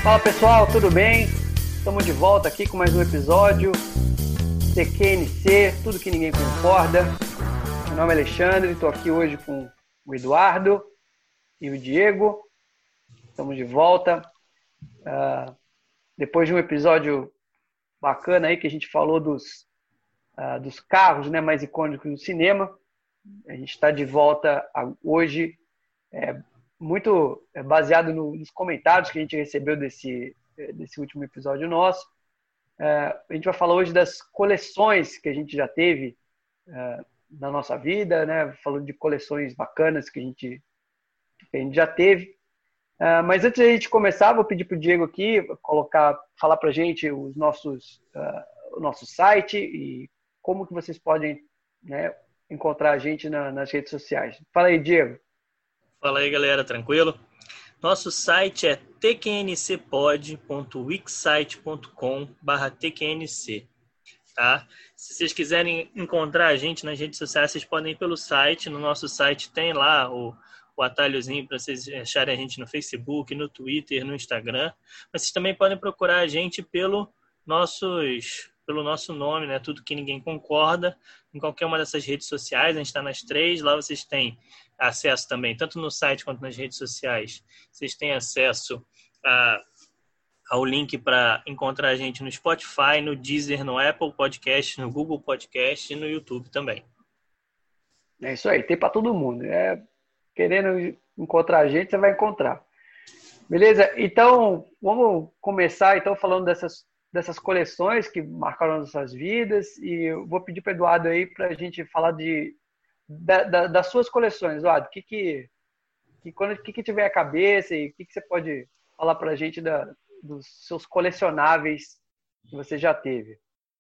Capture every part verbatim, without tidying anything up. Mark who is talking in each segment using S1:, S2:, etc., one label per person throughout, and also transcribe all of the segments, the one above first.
S1: Fala pessoal, tudo bem? Estamos de volta aqui com mais um episódio T Q N C, tudo que ninguém concorda. Meu nome é Alexandre, estou aqui hoje com o Eduardo e o Diego. Estamos de volta. Uh, depois de um episódio bacana aí que a gente falou dos, uh, dos carros, né, mais icônicos do cinema. A gente está de volta a, hoje, é, muito baseado no, nos comentários que a gente recebeu desse, desse último episódio nosso. É, a gente vai falar hoje das coleções que a gente já teve é, na nossa vida, né? Falando de coleções bacanas que a gente, que a gente já teve. É, mas antes de a gente começar, vou pedir para o Diego aqui colocar, falar para a gente os nossos, uh, o nosso site e como que vocês podem, né, encontrar a gente na, nas redes sociais. Fala aí, Diego.
S2: Fala aí, galera, tranquilo? Nosso site é t q n c pod ponto wixsite ponto com barra t q n c, tá? Se vocês quiserem encontrar a gente nas redes sociais, vocês podem ir pelo site. No nosso site tem lá o, o atalhozinho para vocês acharem a gente no Facebook, no Twitter, no Instagram. Mas vocês também podem procurar a gente pelo, nossos, pelo nosso nome, né? Tudo que ninguém concorda, em qualquer uma dessas redes sociais. A gente está nas três, lá vocês têm acesso também, tanto no site quanto nas redes sociais. Vocês têm acesso a, ao link para encontrar a gente no Spotify, no Deezer, no Apple Podcast, no Google Podcast e no YouTube também.
S1: É isso aí, tem para todo mundo. É, querendo encontrar a gente, você vai encontrar. Beleza? Então, vamos começar então falando dessas, dessas coleções que marcaram nossas vidas, e eu vou pedir para o Eduardo aí para a gente falar de Da, da, das suas coleções, Eduardo, o que que, que, quando, que, que tiver a cabeça e o que, que você pode falar para a gente da, dos seus colecionáveis que você já teve?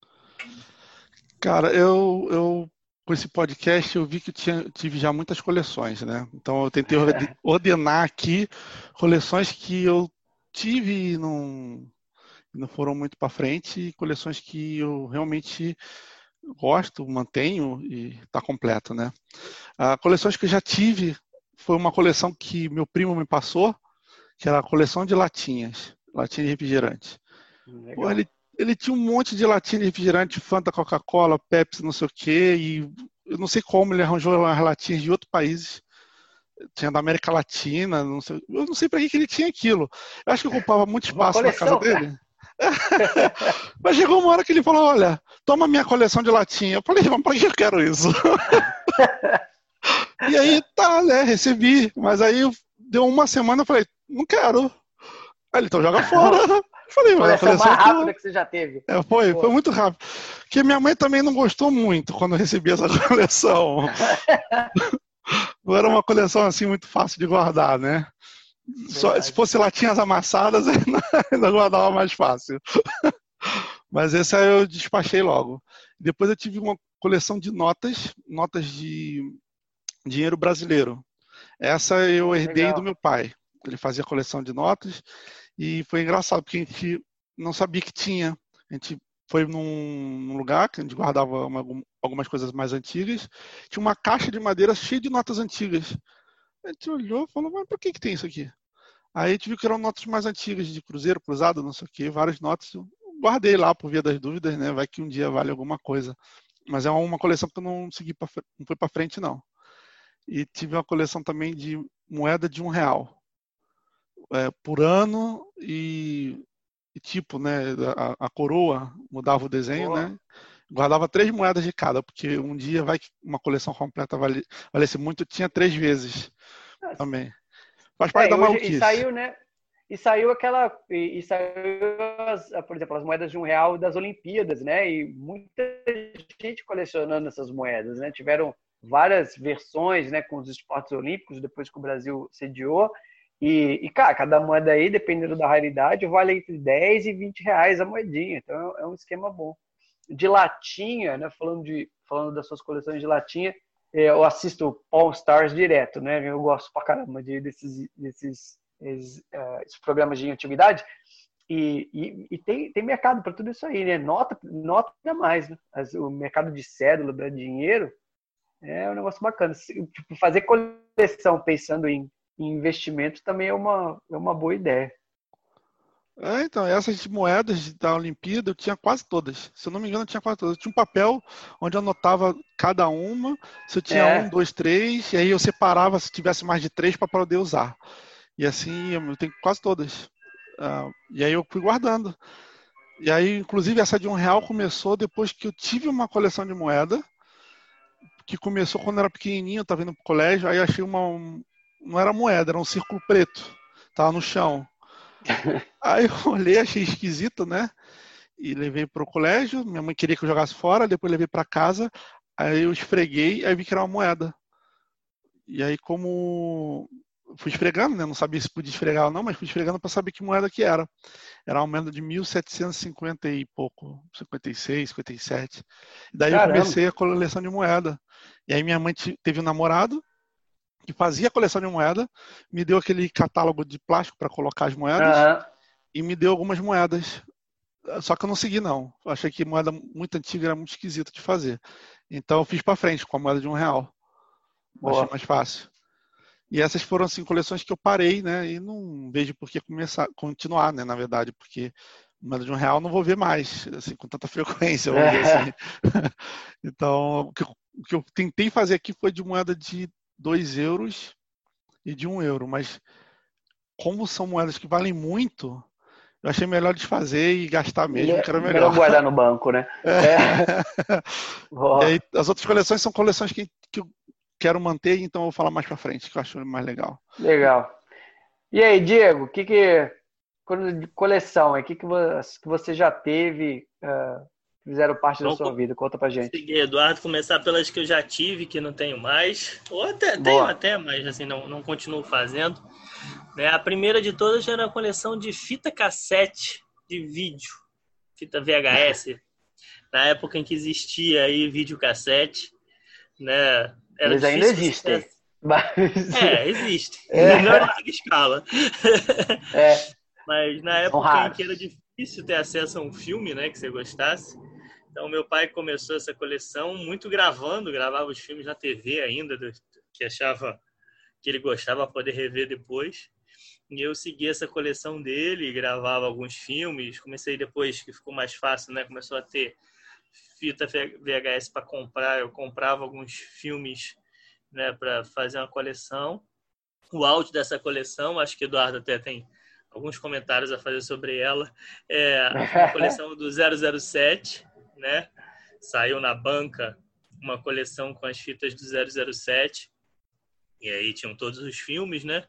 S3: Cara, eu, eu com esse podcast eu vi que eu tinha, tive já muitas coleções, né? Então eu tentei ordenar aqui coleções que eu tive e não, não foram muito para frente, e coleções que eu realmente gosto, mantenho e está completo, né? A coleções que eu já tive foi uma coleção que meu primo me passou, que era a coleção de latinhas, latinha de refrigerante. Pô, ele, ele tinha um monte de latinha de refrigerante, Fanta, Coca-Cola, Pepsi, não sei o quê, e eu não sei como ele arranjou as latinhas de outros países. Tinha da América Latina, não sei, eu não sei para que, que ele tinha aquilo. Eu acho que ocupava muito espaço coleção, na casa dele. Cara. Mas chegou uma hora que ele falou, olha, toma minha coleção de latinha. Eu falei, mas para que eu quero isso? E aí, tá, né, recebi. Mas aí, deu uma semana, eu falei, não quero. Aí ele, então joga fora. Eu falei, mas a coleção
S1: mais rápida tua... que você já teve.
S3: É, foi, foi muito rápido. Porque minha mãe também não gostou muito quando eu recebi essa coleção. Não era uma coleção assim muito fácil de guardar, né? Só, se fosse latinhas amassadas, ainda guardava mais fácil. Mas esse aí eu despachei logo. Depois eu tive uma coleção de notas, notas de dinheiro brasileiro. Essa eu herdei Legal. do meu pai. Ele fazia coleção de notas e foi engraçado, porque a gente não sabia que tinha. A gente foi num, num lugar que a gente guardava uma, algumas coisas mais antigas. Tinha uma caixa de madeira cheia de notas antigas. A gente olhou e falou, mas por que que tem isso aqui? Aí a gente viu que eram notas mais antigas, de cruzeiro, cruzado, não sei o quê, várias notas. Eu guardei lá por via das dúvidas, né? Vai que um dia vale alguma coisa. Mas é uma coleção que eu não segui pra, não foi para frente, não. E tive uma coleção também de moeda de um real. É, por ano e, e tipo, né? A, a coroa mudava o desenho, Boa. né? Guardava três moedas de cada, porque um dia vai que uma coleção completa vale, valesse muito, tinha três vezes Nossa. também. Faz parte
S1: é,
S3: da
S1: hoje,
S3: maluquice.
S1: E saiu, né? E saiu aquela. E, e saiu, as, por exemplo, as moedas de um real das Olimpíadas, né? E muita gente colecionando essas moedas, né? Tiveram várias versões, né? Com os esportes olímpicos, depois que o Brasil sediou. E, e cara, cada moeda aí, dependendo da raridade, vale entre dez e vinte reais a moedinha. Então é um esquema bom. De latinha, né? Falando, de, falando das suas coleções de latinha, eu assisto Paul Stars direto, né? Eu gosto pra caramba de, desses, desses esses, uh, esses programas de antiguidade. E, e, e tem, tem mercado para tudo isso aí, né? Nota, nota ainda mais, né? As, o mercado de cédula, de dinheiro, é um negócio bacana. Tipo, fazer coleção pensando em, em investimento também é uma, é uma boa ideia.
S3: É, então, essas moedas da Olimpíada eu tinha quase todas. Se eu não me engano, eu tinha quase todas. Eu tinha um papel onde eu anotava cada uma, se eu tinha um,
S1: É,
S3: dois, três, e aí eu separava se tivesse mais de três para poder usar. E assim, eu tenho quase todas. Ah, e aí eu fui guardando. E aí, inclusive, essa de um real começou depois que eu tive uma coleção de moeda, que começou quando eu era pequenininho, eu estava indo pro colégio, aí eu achei uma... um- não era moeda, era um círculo preto. Tava no chão. Aí eu olhei, achei esquisito, né? E levei pro colégio. Minha mãe queria que eu jogasse fora, depois levei para casa. Aí eu esfreguei, aí vi que era uma moeda. E aí, como fui esfregando, né? Não sabia se podia esfregar ou não, mas fui esfregando para saber que moeda que era. Era uma moeda de mil setecentos e cinquenta e pouco, cinquenta e seis, cinquenta e sete. E daí eu
S1: caramba.
S3: comecei a coleção de moeda. E aí minha mãe teve um namorado que fazia a coleção de moeda, me deu aquele catálogo de plástico para colocar as moedas
S1: Aham,
S3: e me deu algumas moedas. Só que eu não segui, não. Eu achei que moeda muito antiga era muito esquisito de fazer. Então eu fiz para frente com a moeda de um real. Eu achei
S1: boa.
S3: mais fácil. E essas foram assim coleções que eu parei, né? E não vejo por que começar, continuar, né? Na verdade, porque moeda de um real eu não vou ver mais, assim, com tanta frequência, vamos dizer assim. Então, o que, eu, o que eu tentei fazer aqui foi de moeda de dois euros e de um euro. Mas como são moedas que valem muito, eu achei melhor desfazer e gastar mesmo,
S1: Me-
S3: que era
S1: Melhor
S3: melhor.
S1: guardar no banco, né? É.
S3: E aí,
S1: Boa.
S3: as outras coleções são coleções que, que eu quero manter, então eu vou falar mais pra frente, que eu acho mais legal.
S1: Legal. E aí, Diego, o que que quando de coleção, o que que vo- que você já teve, ah, que fizeram parte da
S2: Vamos
S1: sua vida? Conta pra gente.
S2: seguir, Eduardo, começar pelas que eu já tive, que não tenho mais. Ou até tenho
S1: Boa.
S2: até, mas assim, não, não continuo fazendo. Né? A primeira de todas era a coleção de fita cassete de vídeo, fita V H S, na época em que existia aí videocassete, né? Era
S1: Eles ainda
S2: difícil você ter...
S1: existem. Mas,
S2: É, existe.
S1: é,
S2: Não em larga escala.
S1: é,
S2: Mas na
S1: são
S2: época em que era
S1: raros.
S2: difícil ter acesso a um filme, né, que você gostasse, então meu pai começou essa coleção muito gravando, gravava os filmes na T V ainda, do, que achava que ele gostava para poder rever depois. E eu segui essa coleção dele, gravava alguns filmes, comecei depois que ficou mais fácil, né, começou a ter fita V H S para comprar, eu comprava alguns filmes, né, para fazer uma coleção. O auge dessa coleção, acho que o Eduardo até tem alguns comentários a fazer sobre ela, é uma coleção do zero zero sete, né? Saiu na banca uma coleção com as fitas do zero zero sete, e aí tinham todos os filmes, né?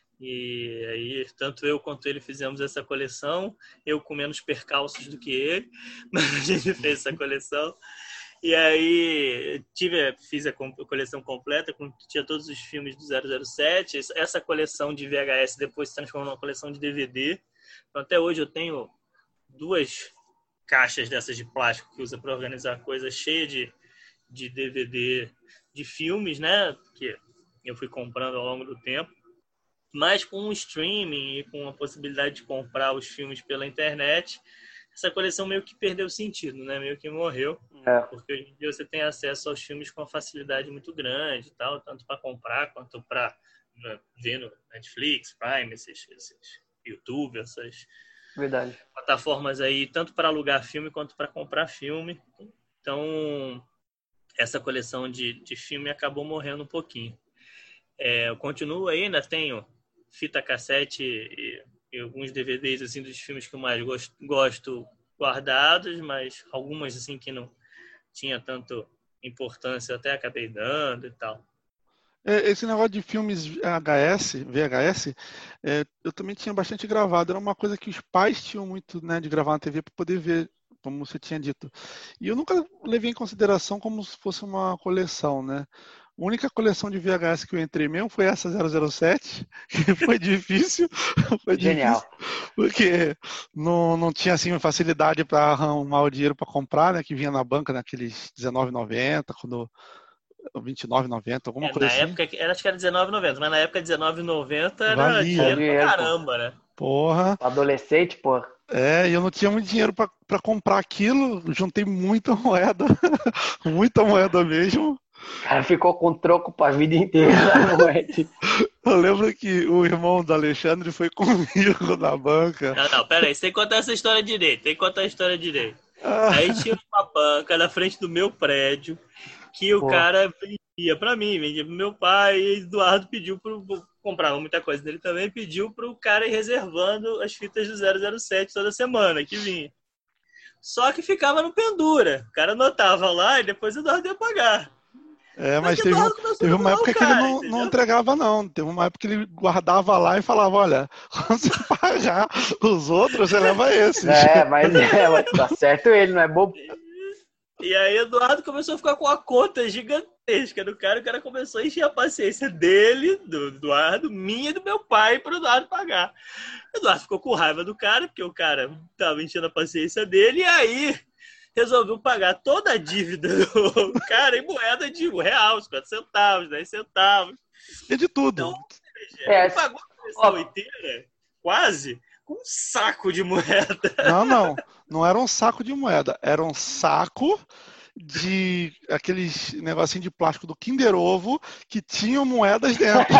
S2: E aí, tanto eu quanto ele fizemos essa coleção, eu com menos percalços do que ele, mas a gente fez essa coleção. E aí tive, fiz a coleção completa, tinha todos os filmes do zero zero sete. Essa coleção de V H S depois se transformou numa coleção de D V D. Então, até hoje eu tenho duas caixas dessas de plástico que usa para organizar coisas, cheia de, de D V D de filmes, né? Que eu fui comprando ao longo do tempo. Mas com o streaming e com a possibilidade de comprar os filmes pela internet, essa coleção meio que perdeu sentido, né? Meio que morreu,
S1: É,
S2: porque hoje em dia você tem acesso aos filmes com uma facilidade muito grande, e tal, tanto para comprar quanto para, né, ver no Netflix, Prime, esses, esses YouTube, essas
S1: verdade.
S2: plataformas aí, tanto para alugar filme quanto para comprar filme. Então, essa coleção de, de filme acabou morrendo um pouquinho. É, eu continuo aí, ainda tenho fita cassete e, e alguns D V Ds assim, dos filmes que eu mais gosto, gosto guardados, mas algumas assim que não tinha tanto importância, eu até acabei dando e tal.
S3: Esse negócio de filmes H S, V H S, é, eu também tinha bastante gravado. Era uma coisa que os pais tinham muito, né, de gravar na T V para poder ver, como você tinha dito. E eu nunca levei em consideração como se fosse uma coleção, né? A única coleção de V H S que eu entrei mesmo foi essa zero zero sete, que foi difícil, foi
S1: Genial.
S3: difícil, porque não, não tinha assim facilidade para arrumar o dinheiro para comprar, né? Que vinha na banca naqueles dezenove e noventa, quando vinte e nove e noventa, alguma
S2: É,
S3: coisa
S2: na
S3: assim.
S2: época, era, acho que era dezenove e noventa, mas na época dezenove e noventa era
S3: Valia.
S1: É
S2: dinheiro pra
S1: dinheiro, pô.
S2: caramba, né?
S3: Porra.
S1: Adolescente, pô.
S3: É, e eu não tinha muito dinheiro para comprar aquilo, juntei muita moeda, muita moeda mesmo.
S1: O cara ficou com troco pra vida inteira na noite.
S3: Eu lembro que o irmão do Alexandre foi comigo na banca.
S2: Não, não, pera aí, você tem que contar essa história direito, tem que contar a história direito.
S3: Ah,
S2: Aí tinha uma banca na frente do meu prédio que o
S1: Pô.
S2: cara vendia pra mim, vendia pro meu pai, e Eduardo pediu pro. Comprava muita coisa dele também, pediu pro cara ir reservando as fitas do zero zero sete toda semana que vinha. Só que ficava no pendura. O cara anotava lá e depois o Eduardo ia pagar.
S3: é,
S2: Só
S3: mas
S2: que
S3: teve, um-
S2: Eduardo começou
S3: teve
S2: a
S3: uma
S2: zoar o
S3: época que ele
S2: cara,
S3: não, não
S2: entendeu?
S3: entregava, não. Teve uma época que ele guardava lá e falava, olha, quando você pagar os outros, você leva esses.
S1: É, mas é, mas tá certo ele, não é bobo.
S2: E aí Eduardo começou a ficar com uma conta gigantesca do cara. O cara começou a encher a paciência dele, do Eduardo, minha e do meu pai, para o Eduardo pagar. O Eduardo ficou com raiva do cara, porque o cara tava enchendo a paciência dele. E aí resolveu pagar toda a dívida do cara em moeda de real, cinquenta centavos, dez centavos.
S3: E de tudo.
S2: Então,
S1: É,
S2: ele pagou a coleção
S1: ó.
S2: inteira, quase, com um saco de moeda.
S3: Não, não. Não era um saco de moeda. Era um saco de aqueles negocinho de plástico do Kinder Ovo que tinham moedas dentro.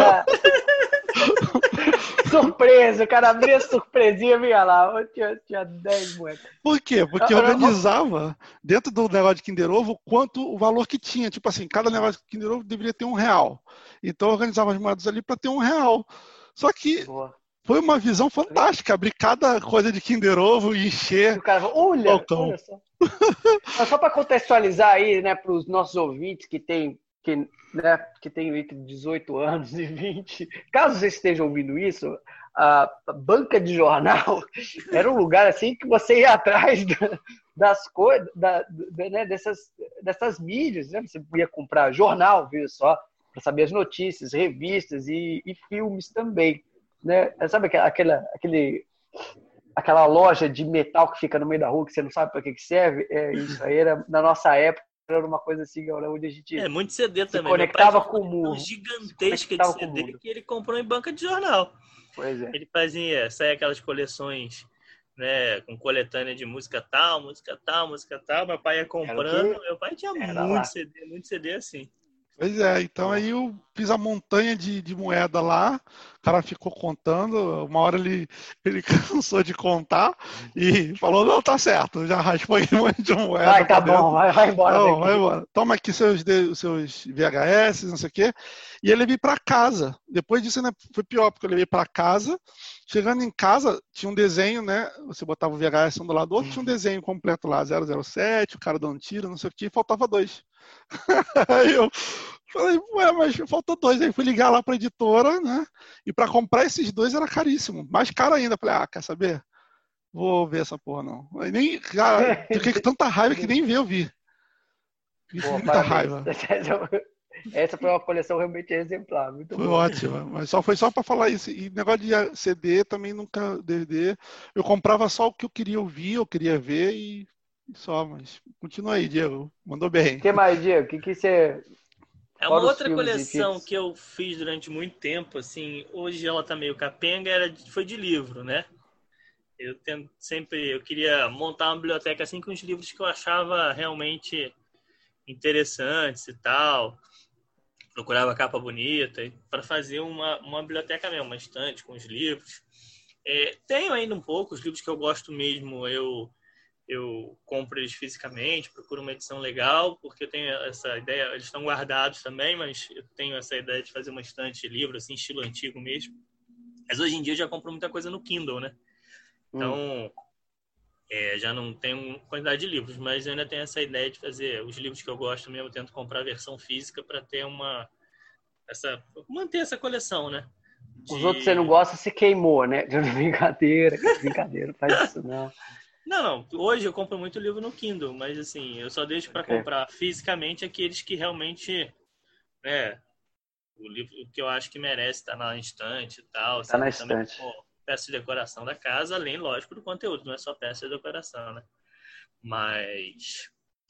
S1: Surpresa, o cara abria a surpresinha, vinha lá, eu tinha, tinha dez moedas.
S3: Por quê? Porque
S1: Eu- eu-
S3: organizava dentro do negócio de Kinder Ovo quanto o valor que tinha. Tipo assim, cada negócio de Kinder Ovo deveria ter um real. Então eu organizava as moedas ali para ter um real. Só que
S1: Boa.
S3: foi uma visão fantástica, abrir cada coisa de Kinder Ovo e
S1: E
S3: encher
S1: o cara falou, olha,
S3: balcão.
S1: olha só. Mas só para contextualizar aí, né, para os nossos ouvintes que tem, que, né, que tem entre dezoito anos e vinte, caso vocês estejam ouvindo isso, a banca de jornal era um lugar assim que você ia atrás da, das coisas, da, da, né, dessas, dessas mídias, né? Você ia comprar jornal, viu só, para saber as notícias, revistas e, e filmes também, né? Sabe aquela, aquela, aquele aquela loja de metal que fica no meio da rua que você não sabe para que que serve? É isso aí, era na nossa época era uma coisa assim, onde a gente
S2: É, muito C D
S1: se
S2: também.
S1: conectava
S2: Meu pai
S1: com o
S2: tinha
S1: mundo.
S2: uma gigantesca de
S1: conectava com o
S2: C D
S1: mundo.
S2: que ele comprou em banca de jornal.
S1: Pois é.
S2: Ele fazia, saia aquelas coleções, né, com coletânea de música tal, música tal, música tal. Meu pai ia comprando.
S1: que
S2: Meu pai tinha
S1: era
S2: muito
S1: lá.
S2: C D, muito C D assim.
S3: Pois é, então aí eu fiz a montanha de, de moeda lá, o cara ficou contando, uma hora ele, ele cansou de contar e falou, não, tá certo, já raspou aí um monte de moeda.
S1: Vai, tá
S3: pra dentro.
S1: bom, vai, vai embora
S3: Não,
S1: daqui.
S3: vai embora. Toma aqui seus, de- os seus V H S, não sei o quê. E eu levei para casa. Depois disso ainda foi pior, porque eu levei para casa. Chegando em casa, tinha um desenho, né? Você botava o V H S um do lado do outro, tinha um desenho completo lá, zero zero sete, o cara dando tiro, não sei o quê, e faltava dois. Aí eu falei, ué, mas faltou dois. Aí fui ligar lá para a editora, né? E para comprar esses dois era caríssimo. Mais caro ainda. Falei, ah, quer saber? Vou ver essa porra, não. Aí nem, cara, fiquei com tanta raiva que nem ver eu vi. Fiquei com
S1: Pô,
S3: muita
S1: parabéns.
S3: raiva.
S1: Essa foi uma coleção realmente exemplar. Muito
S3: Foi
S1: boa.
S3: ótima, mas só foi só para falar isso. E negócio de C D também nunca D V D. Eu comprava só o que eu queria ouvir, eu queria ver e só. Mas continua aí, Diego. Mandou bem.
S1: O que mais, Diego? O que, que você.
S2: É
S1: Fora
S2: uma
S1: os
S2: outra
S1: filmes e
S2: coleção
S1: filmes.
S2: que eu fiz durante muito tempo, assim, hoje ela tá meio capenga, era, de- foi de livro, né? Eu tento, sempre, eu queria montar uma biblioteca assim com os livros que eu achava realmente interessantes e tal. Procurava capa bonita para fazer uma, uma biblioteca mesmo, uma estante com os livros. É, tenho ainda um pouco, os livros que eu gosto mesmo, eu eu compro eles fisicamente, procuro uma edição legal, porque eu tenho essa ideia, eles estão guardados também, mas eu tenho essa ideia de fazer uma estante de livro, assim, estilo antigo mesmo. Mas hoje em dia eu já compro muita coisa no Kindle, né? Então, hum. é, já não tenho quantidade de livros, mas eu ainda tenho essa ideia de fazer os livros que eu gosto mesmo, eu tento comprar a versão física para ter uma... Essa, manter essa coleção, né? De...
S1: Os outros você não gosta, se queimou, né? Brincadeira, brincadeira, faz isso não.
S2: Não, não. Hoje eu compro muito livro no Kindle, mas assim, eu só deixo para
S1: okay.
S2: comprar fisicamente aqueles que realmente, né, o livro que eu acho que merece estar na estante e tal.
S1: Tá na estante.
S2: Também, pô, peça de decoração da casa, além, lógico, do conteúdo, não é só peça de decoração, né? Mas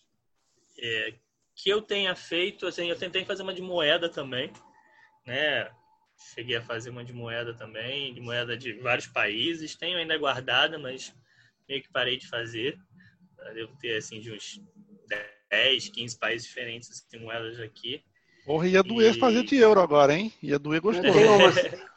S2: é, que eu tenha feito, assim, eu tentei fazer uma de moeda também, né? Cheguei a fazer uma de moeda também, de moeda de vários países. Tenho ainda guardada, mas meio que parei de fazer. Eu devo ter, assim, de uns dez, quinze países diferentes, assim, moedas aqui.
S3: Porra, ia doer
S2: E-
S3: fazer de euro agora, hein? Ia doer gostoso.
S1: Tem uma,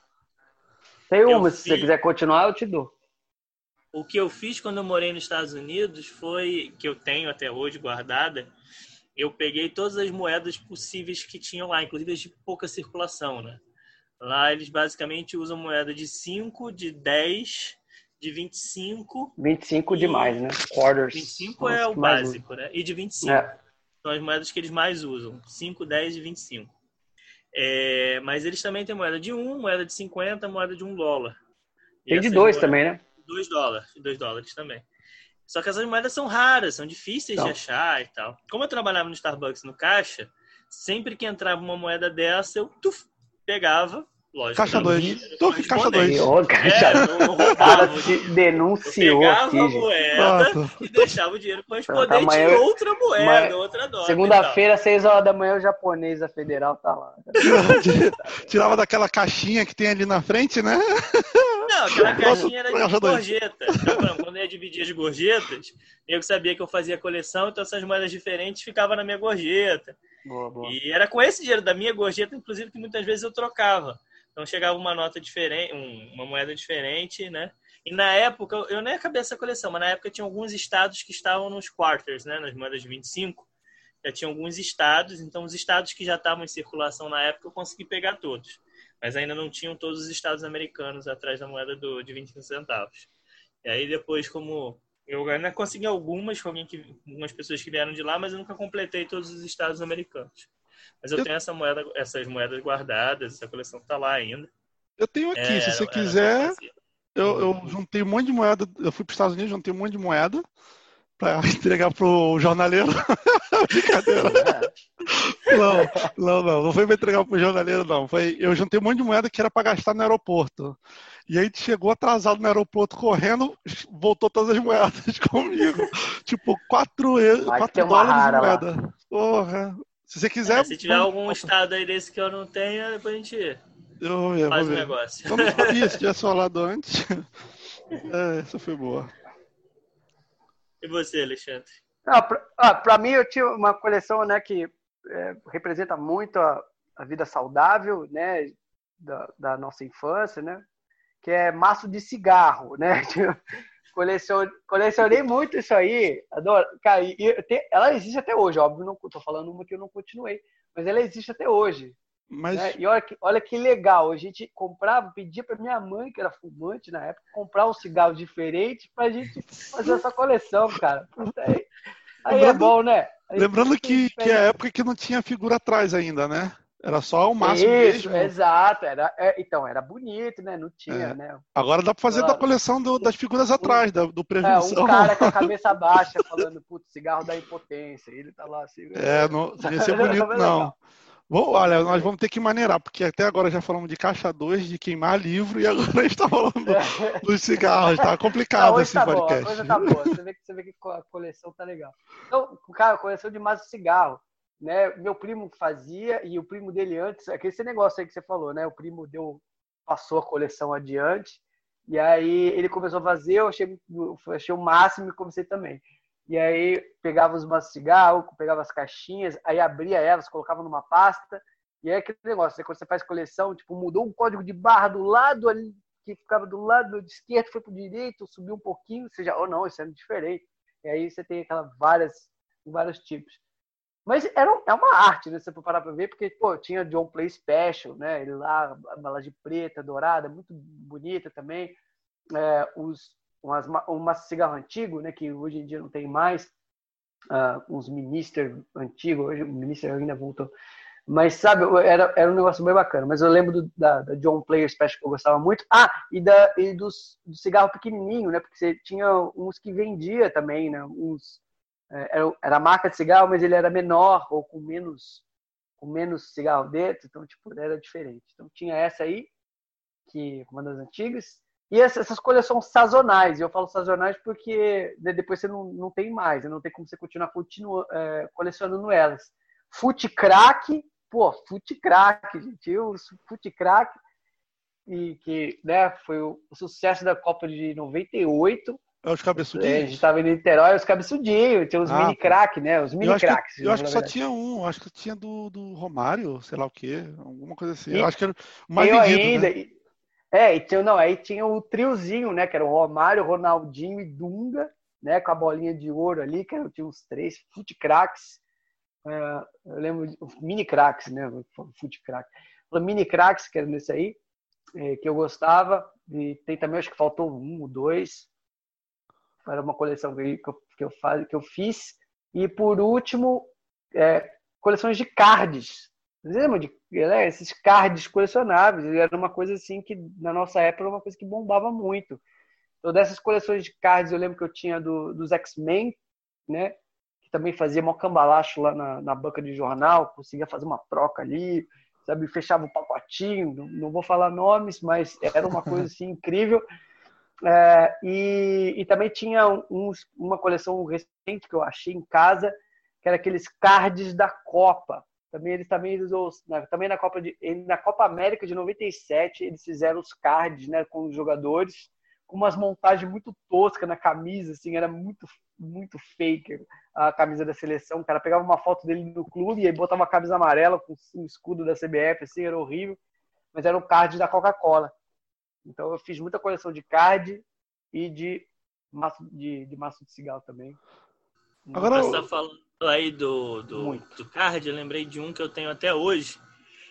S1: tem
S2: Eu
S1: uma se você
S2: fiz-
S1: quiser continuar, eu te dou.
S2: O que eu fiz quando eu morei nos Estados Unidos foi, que eu tenho até hoje guardada, eu peguei todas as moedas possíveis que tinham lá, inclusive as de pouca circulação, né? Lá eles basicamente usam moeda de cinco, de dez, de vinte e cinco.
S1: vinte e cinco
S2: E-
S1: demais, né? Quarters.
S2: vinte e cinco
S1: são os
S2: é o
S1: que mais
S2: básico, né? E de vinte e cinco.
S1: usam. É.
S2: São as moedas que eles mais usam. cinco, dez e vinte e cinco. É, mas eles também têm moeda de um, moeda de cinquenta, moeda de um dólar. E
S1: Tem de
S2: essas
S1: dois
S2: moedas-
S1: também, né?
S2: dois dólares, dois dólares também. Só que essas moedas são raras, são difíceis
S1: Então.
S2: de achar e tal. Como eu trabalhava no Starbucks no caixa, sempre que entrava uma moeda dessa, eu tuf, pegava, lógico.
S3: Caixa
S2: dava o
S3: dois.
S2: dinheiro
S3: Tô,
S2: correspondente.
S3: caixa dois.
S1: E, ô,
S2: É,
S1: cara,
S2: eu não
S1: o cara
S2: roubava.
S1: se
S2: Eu
S1: denunciou
S2: pegava
S1: aqui,
S2: a
S1: gente.
S2: moeda
S3: Pronto.
S2: e deixava o dinheiro correspondente
S1: amanhã-
S2: em outra moeda,
S1: amanhã-
S2: outra nota.
S1: Segunda-feira, seis horas da manhã, o japonês da Federal tá lá.
S3: Tirava daquela caixinha que tem ali na frente, né?
S2: Não, aquela caixinha era de
S3: Caixa dois.
S2: gorjeta. Então, por exemplo, quando eu ia dividir as gorjetas, eu sabia que eu fazia coleção, então essas moedas diferentes ficavam na minha gorjeta.
S1: Boa, boa.
S2: E era com esse dinheiro da minha gorjeta, inclusive, que muitas vezes eu trocava. Então chegava uma nota diferente, um- uma moeda diferente, né? E na época, eu- eu nem acabei essa coleção, mas na época tinha alguns estados que estavam nos quarters, né? Nas moedas de vinte e cinco. Já tinha alguns estados, então os estados que já estavam em circulação na época eu consegui pegar todos. Mas ainda não tinham todos os estados americanos atrás da moeda do, de vinte e cinco centavos. E aí depois, como eu ainda consegui algumas, com alguém que, algumas pessoas que vieram de lá, mas eu nunca completei todos os estados americanos. Mas eu
S3: Eu-
S2: tenho essa moeda, essas moedas guardadas, essa coleção está lá ainda.
S3: Eu tenho aqui,
S2: É,
S3: se você
S2: era- era
S3: quiser,
S2: fantasia.
S3: eu, eu juntei um monte de moeda. Eu fui para os Estados Unidos, juntei um monte de moeda para entregar pro jornaleiro. Brincadeira. Não, não, não. Não foi para entregar pro jornaleiro, não. Foi, eu juntei um monte de moeda que era para gastar no aeroporto. E aí chegou atrasado no aeroporto correndo, voltou todas as moedas comigo. Tipo, quatro,
S1: Vai ter
S3: quatro
S1: uma
S3: dólares de
S1: rara lá.
S3: moeda. Porra. Se você quiser.
S2: É, se tiver
S3: vamos-
S2: algum estado aí desse que eu não tenho, depois a gente
S3: Eu vou ver,
S2: faz
S3: vou
S2: o
S3: ver.
S2: negócio.
S3: Eu não sabia, se tivesse falado antes. É, essa foi boa.
S2: E você, Alexandre?
S1: Ah, pra, ah, pra mim, eu tinha uma coleção, né, que é, representa muito a, a vida saudável, né, da, da nossa infância, né, que é maço de cigarro, né. Colecion, colecionei muito isso aí, adoro. Cara, e, e, tem, ela existe até hoje, óbvio, não tô falando uma que eu não continuei, mas ela existe até hoje.
S3: Mas
S1: Né? E olha que, olha que legal, a gente comprava, pedia para minha mãe, que era fumante na época, comprar um cigarro diferente pra gente fazer essa coleção, cara. Puta, aí aí é
S3: Lembrando-
S1: bom, né? Aí
S3: lembrando
S1: tem
S3: que, que é a época que não tinha figura atrás ainda, né? Era só o máximo
S1: Isso,
S3: mesmo.
S1: exato. Era, é, então, era bonito, né? Não tinha,
S3: É.
S1: né?
S3: Agora dá pra fazer
S1: Claro.
S3: da coleção do- das figuras atrás, da, do
S1: É,
S3: prevenção.
S1: um cara com a cabeça baixa falando, putz, cigarro da impotência. Ele tá lá assim.
S3: É, não devia ser bonito,
S1: Mas
S3: não.
S1: legal.
S3: Bom, olha, nós vamos ter que maneirar, porque até agora já falamos de caixa dois, de queimar livro, e agora a gente tá falando dos cigarros. Tá complicado
S1: Não, hoje
S3: esse
S1: tá boa, a
S3: podcast.
S1: coisa tá boa. Você vê que, você vê que a coleção tá legal. Então, cara, coleção de maço de cigarro. Né? Meu primo fazia, e o primo dele antes, aquele negócio aí que você falou, né? O primo deu, passou a coleção adiante, e aí ele começou a fazer, eu achei, eu achei o máximo e comecei também. E aí pegava os maços de cigarro, pegava as caixinhas, aí abria elas, colocava numa pasta, e aí aquele negócio, né? Quando você faz coleção, tipo, mudou um código de barra do lado ali, que ficava do lado de esquerdo, foi pro direito, subiu um pouquinho, você já, oh não, isso é diferente. E aí você tem aquelas várias, vários tipos. Mas era, é uma arte, né? Se você for parar pra ver, porque, pô, tinha John Play Special, né? Ele lá, a embalagem preta, dourada, muito bonita também. É, os, umas, um maço de cigarro antigo, né? Que hoje em dia não tem mais. Uh, uns Minister antigos, hoje o Minister ainda voltou. Mas, sabe, era, era um negócio bem bacana. Mas eu lembro do, da, da John Player Special que eu gostava muito. Ah, e, da, e dos, do cigarro pequenininho, né? Porque você tinha uns que vendia também, né? Uns... Era, era a marca de cigarro, mas ele era menor ou com menos, com menos cigarro dentro, então tipo, era diferente. Então tinha essa aí, que uma das antigas, e essas, essas coleções sazonais. E eu falo sazonais porque né, depois você não, não tem mais, não tem como você continuar continua, é, colecionando elas. Fute Crack, pô, Fute Crack, gente, eu, Fute Crack, e que né, foi o, o sucesso da Copa de noventa e oito.
S3: É os
S1: A
S3: cabeçudinhos?
S1: gente tava em Niterói, os cabeçudinhos, tinha os
S3: Ah,
S1: mini crack, né? Os
S3: eu
S1: mini
S3: acho que,
S1: cracks.
S3: eu acho que só tinha um, eu acho que tinha do, do Romário, sei lá o quê, alguma coisa assim. Eu
S1: E
S3: acho que era o mais
S1: tenho
S3: vendido,
S1: ainda.
S3: né?
S1: e- É, e tinha, não, aí tinha o triozinho, né? Que era o Romário, Ronaldinho e Dunga, né? Com a bolinha de ouro ali, que era, tinha uns três, fute cracks. É, eu lembro, de, mini cracks, né? Fute crack. Mini cracks, que era nesse aí, é, que eu gostava. E tem também, acho que faltou um ou dois. Era uma coleção que eu, que eu, faz, que eu fiz. E por último, é, coleções de cards. Vocês lembram de né, esses cards colecionáveis? Era uma coisa assim que na nossa época era uma coisa que bombava muito. Então, dessas coleções de cards, eu lembro que eu tinha do, dos X-Men, né? Que também fazia mó cambalacho lá na, na banca de jornal, conseguia fazer uma troca ali, sabe? Fechava o pacotinho, não, não vou falar nomes, mas era uma coisa assim incrível. É, e, e também tinha uns, uma coleção recente que eu achei em casa, que era aqueles cards da Copa. Também eles também usou, também na Copa de, na Copa América de noventa e sete, eles fizeram os cards, né, com os jogadores, com umas montagens muito toscas na camisa, assim, era muito muito fake a camisa da seleção. O cara pegava uma foto dele no clube e aí botava uma camisa amarela com um escudo da C B F, assim, era horrível, mas era o card da Coca-Cola. Então eu fiz muita coleção de card e de maço de, de maço de cigarro também.
S3: Agora,
S2: Você tá falando aí do, do, do card, eu lembrei de um que eu tenho até hoje,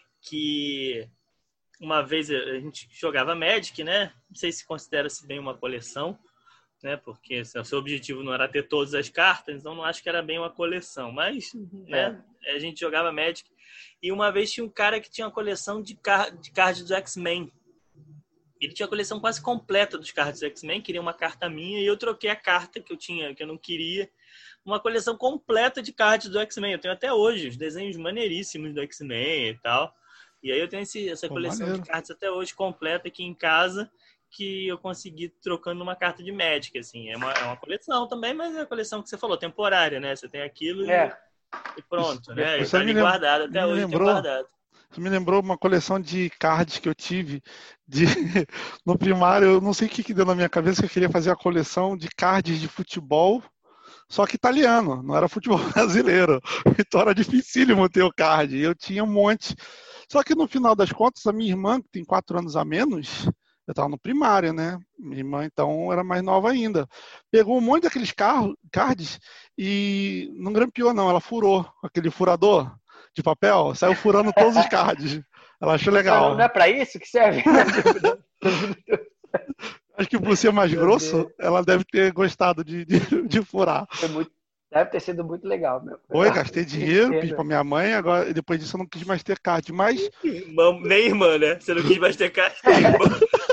S2: que uma vez a gente jogava Magic, né? Não sei se considera-se bem uma coleção, né? Porque o seu objetivo não era ter todas as cartas, então não acho que era bem uma coleção, mas né? É. A gente jogava Magic. E uma vez tinha um cara que tinha uma coleção de, car de cards do X-Men. Ele tinha a coleção quase completa dos cards do X-Men, queria uma carta minha, e eu troquei a carta que eu tinha, que eu não queria, uma coleção completa de cards do X-Men. Eu tenho até hoje os desenhos maneiríssimos do X-Men e tal. E aí eu tenho esse, essa Pô, coleção maneiro. de cards até hoje completa aqui em casa, que eu consegui trocando uma carta de Magic, assim. É uma, é uma coleção também, mas é a coleção que você falou, temporária, né? Você tem aquilo
S1: é.
S2: e, e pronto, né?
S3: Você
S2: tá ali guardado, até hoje
S3: lembrou,
S2: tem guardado.
S3: Isso me lembrou uma coleção de cards que eu tive de, no primário. Eu não sei o que, que deu na minha cabeça, que eu queria fazer a coleção de cards de futebol, só que italiano, não era futebol brasileiro. Então era dificílimo ter o card. E eu tinha um monte. Só que no final das contas, a minha irmã, que tem quatro anos a menos, eu estava no primário, né? Minha irmã, então, era mais nova ainda. Pegou um monte daqueles carros, cards e não grampeou, não. Ela furou aquele furador de papel, saiu furando todos os cards. Ela achou legal.
S1: Não é pra isso que serve?
S3: Acho que por ser mais Meu grosso, Deus. ela deve ter gostado de, de, de furar.
S1: Foi muito, deve ter sido muito legal, meu.
S3: Foi, gastei dinheiro, fiz pra minha mãe, agora depois disso eu não quis mais ter card, mas...
S2: Irmão, nem irmã, né? Você não quis mais ter card, nem irmã.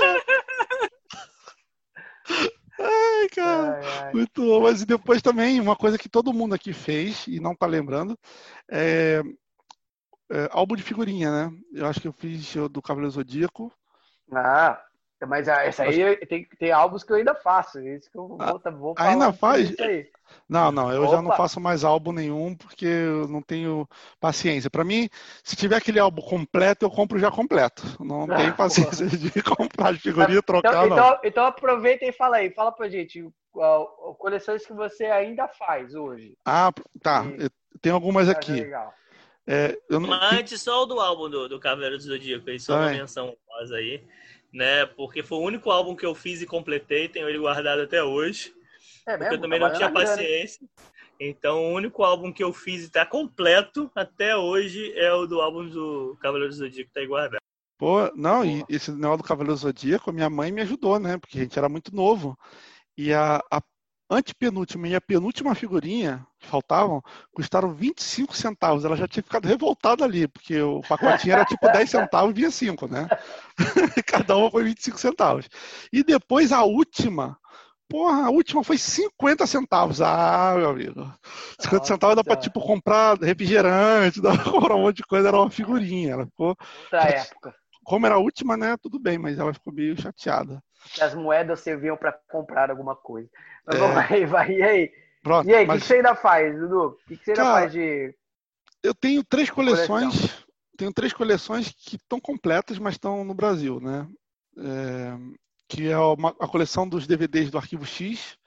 S3: Ai, cara, ai, ai. Muito bom. Mas depois também, uma coisa que todo mundo aqui fez, e não tá lembrando, é... É, álbum de figurinha, né? Eu acho que eu fiz do Cavaleiro Zodíaco.
S1: Ah, mas essa aí acho... tem, tem álbuns que eu ainda faço. Isso que eu vou, ah, vou falar.
S3: Ainda faz?
S1: Isso aí.
S3: Não, não, eu Opa. já não faço mais álbum nenhum porque eu não tenho paciência. Para mim, se tiver aquele álbum completo, eu compro já completo. Não tenho paciência de comprar de figurinha e trocar,
S1: então,
S3: não.
S1: Então, então aproveita e fala aí, fala pra gente uh, coleções que você ainda faz hoje.
S3: Ah, tá. E... Tem algumas aqui.
S1: Legal.
S2: É, eu não... Mas antes só o do álbum do, do Cavaleiro do Zodíaco, aí só Ai. uma menção rosa aí, né? Porque foi o único álbum que eu fiz e completei, tenho ele guardado até hoje. É porque mesmo? eu também tá não tinha paciência. Então o único álbum que eu fiz e tá completo até hoje é o do álbum do Cavaleiro do Zodíaco, tá aí guardado.
S3: Pô, não, Pô. e esse negócio do Cavaleiro do Zodíaco, minha mãe me ajudou, né? Porque a gente era muito novo. E a, a antepenúltima e a penúltima figurinha que faltavam custaram vinte e cinco centavos. Ela já tinha ficado revoltada ali, porque o pacotinho era tipo dez centavos e vinha cinco, né? Cada uma foi vinte e cinco centavos. E depois a última, porra, a última foi cinquenta centavos. Ah, meu amigo. cinquenta Nossa, centavos dá pra tipo comprar refrigerante, dá pra comprar um monte de coisa, era uma figurinha. Ela ficou.
S1: Outra época.
S3: Como era a última, né? Tudo bem, mas ela ficou meio chateada.
S1: As moedas serviam para comprar alguma coisa. Mas é. vamos aí, vai. E aí?
S3: Pronto,
S1: e aí, o
S3: mas...
S1: que, que você ainda faz, Dudu? O que, que você ainda Cara, faz de.
S3: Eu tenho três coleções. Coleção. Tenho três coleções que estão completas, mas estão no Brasil, né? É, que é uma, a coleção dos D V Ds do Arquivo X,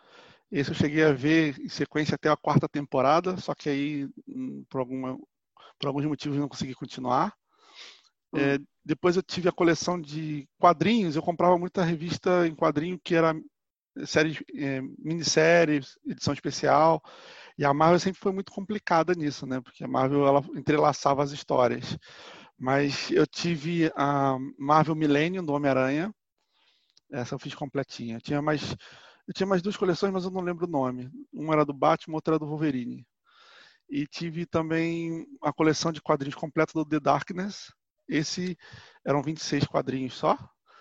S3: Esse eu cheguei a ver em sequência até a quarta temporada, só que aí, por, alguma, por alguns motivos, não consegui continuar. Hum. É, depois eu tive a coleção de quadrinhos, eu comprava muita revista em quadrinho que era série, é, minissérie, edição especial, e a Marvel sempre foi muito complicada nisso, né? Porque a Marvel ela entrelaçava as histórias. Mas eu tive a Marvel Millennium do Homem-Aranha, essa eu fiz completinha. Eu tinha mais, eu tinha mais duas coleções, mas eu não lembro o nome. Uma era do Batman, outra era do Wolverine. E tive também a coleção de quadrinhos completa do The Darkness. Esse eram vinte e seis quadrinhos só.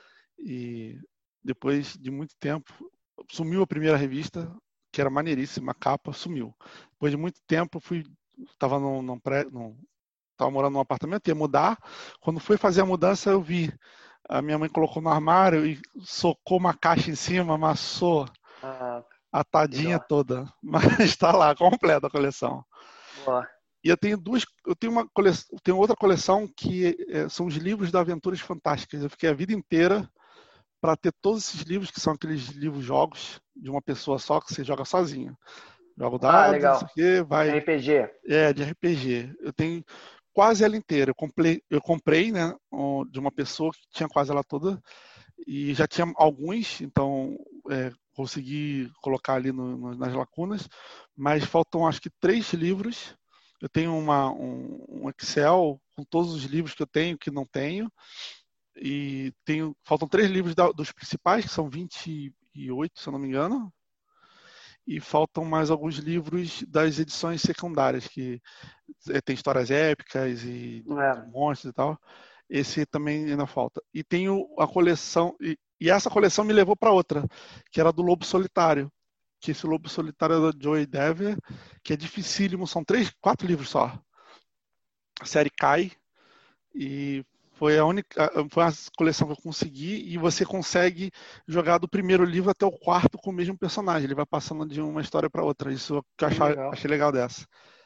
S3: E depois de muito tempo, sumiu a primeira revista, que era maneiríssima, a capa, sumiu. Depois de muito tempo, fui, estava num, num pré, num, tava morando num apartamento, ia mudar. Quando fui fazer a mudança, eu vi. A minha mãe colocou no armário e socou uma caixa em cima, amassou ah, a tadinha toda. Mas está lá, completa a coleção. Boa. E eu tenho duas, eu tenho uma coleção, tenho outra coleção que é, são os livros da Aventuras Fantásticas. Eu fiquei a vida inteira para ter todos esses livros, que são aqueles livros-jogos de uma pessoa só, que você joga sozinho. Joga o dado, ah, legal. Não sei o quê, vai... R P G. É, de R P G. Eu tenho quase ela inteira. Eu comprei, eu comprei, né, de uma pessoa que tinha quase ela toda, e já tinha alguns, então é, consegui colocar ali no, no, nas lacunas, mas faltam acho que três livros. Eu tenho uma, um, um Excel com todos os livros que eu tenho, que não tenho, e tenho, faltam três livros da, dos principais, que são vinte e oito, se eu não me engano, e faltam mais alguns livros das edições secundárias, que é, tem histórias épicas e é. monstros e tal. Esse também ainda falta. E tenho a coleção, e, e essa coleção me levou para outra, que era do Lobo Solitário, que esse Lobo Solitário é da Joey Dever, que é dificílimo, são três, quatro livros só. A série cai, e foi a única, foi a coleção que eu consegui, e você consegue jogar do primeiro livro até o quarto com o mesmo personagem. Ele vai passando de uma história para outra. Isso que eu achei legal. achei legal dessa.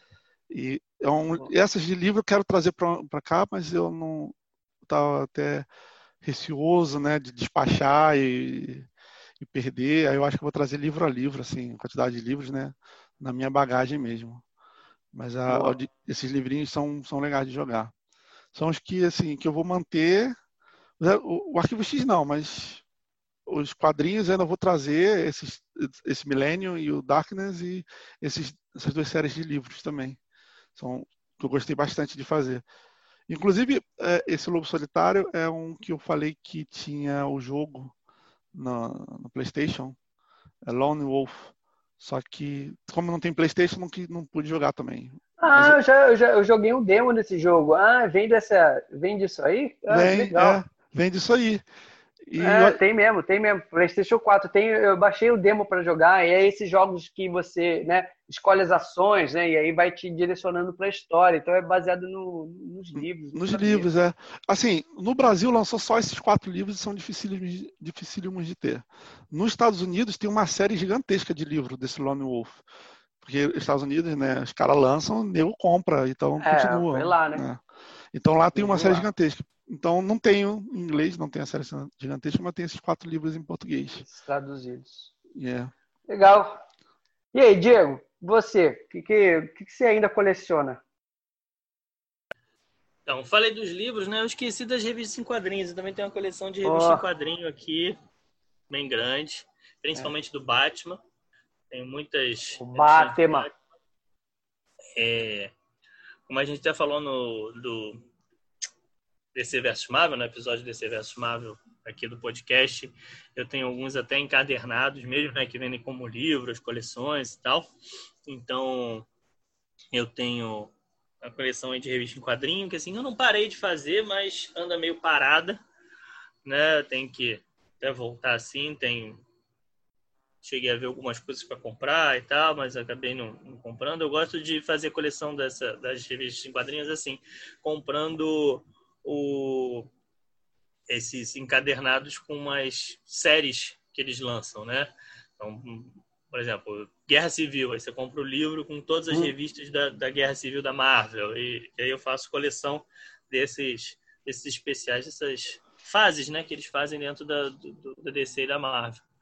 S3: E é um, essas de livro eu quero trazer para cá, mas eu não estava até receoso, né, de despachar e, e perder. Aí eu acho que eu vou trazer livro a livro, assim, quantidade de livros, né, na minha bagagem mesmo. Mas a, esses livrinhos são, são legais de jogar. São os que, assim, que eu vou manter. O, o Arquivo X não, mas os quadrinhos eu ainda vou trazer, esses, esse Millennium e o Darkness, e esses, essas duas séries de livros também. São que eu gostei bastante de fazer. Inclusive, esse Lobo Solitário é um que eu falei que tinha o jogo no, no PlayStation, é Lone Wolf. Só que, como não tem PlayStation, não, não pude jogar também.
S1: Ah, eu... Eu, já, eu já eu joguei um demo desse jogo. Ah, vem, dessa, vem disso aí? Ah,
S3: vem,
S1: legal.
S3: É, vem disso aí.
S1: E é, eu... tem mesmo, tem mesmo. PlayStation quatro, tem, eu baixei o demo para jogar, e é esses jogos que você, né, escolhe as ações, né, e aí vai te direcionando para a história. Então é baseado no, nos livros.
S3: Nos livros, é. Assim, no Brasil lançou só esses quatro livros e são dificílimos, dificílimos de ter. Nos Estados Unidos tem uma série gigantesca de livros desse Lone Wolf. Porque os Estados Unidos, né, os caras lançam, o nego compra, então é, continua.
S1: Foi lá, né?
S3: né? Então lá tem uma série lá. gigantesca. Então não tenho em inglês, não tem a série gigantesca, mas tem esses quatro livros em português.
S1: Traduzidos.
S3: Yeah.
S1: Legal. E aí, Diego, você, o que, que, que, que você ainda coleciona?
S2: Então, falei dos livros, né? Eu esqueci das revistas em quadrinhos. Eu também tenho uma coleção de revistas oh. em quadrinho aqui, bem grande, principalmente é. do Batman. Tem muitas...
S1: O Batman.
S2: É, como a gente até falou no do D C versus Marvel, no episódio D C versus Marvel aqui do podcast, eu tenho alguns até encadernados mesmo, né, que vendem como livros, coleções e tal. Então, eu tenho a coleção aí de revista em quadrinho, que assim, eu não parei de fazer, mas anda meio parada, né? Tem que até voltar assim, tem... Cheguei a ver algumas coisas para comprar e tal, mas acabei não, não comprando. Eu gosto de fazer coleção dessa, das revistas em quadrinhos assim, comprando o, esses encadernados com umas séries que eles lançam, né? Então, por exemplo, Guerra Civil. Aí você compra o livro com todas as revistas da, da Guerra Civil da Marvel. E, e aí eu faço coleção desses, desses especiais, dessas fases, né, que eles fazem dentro da, do, da D C e da Marvel.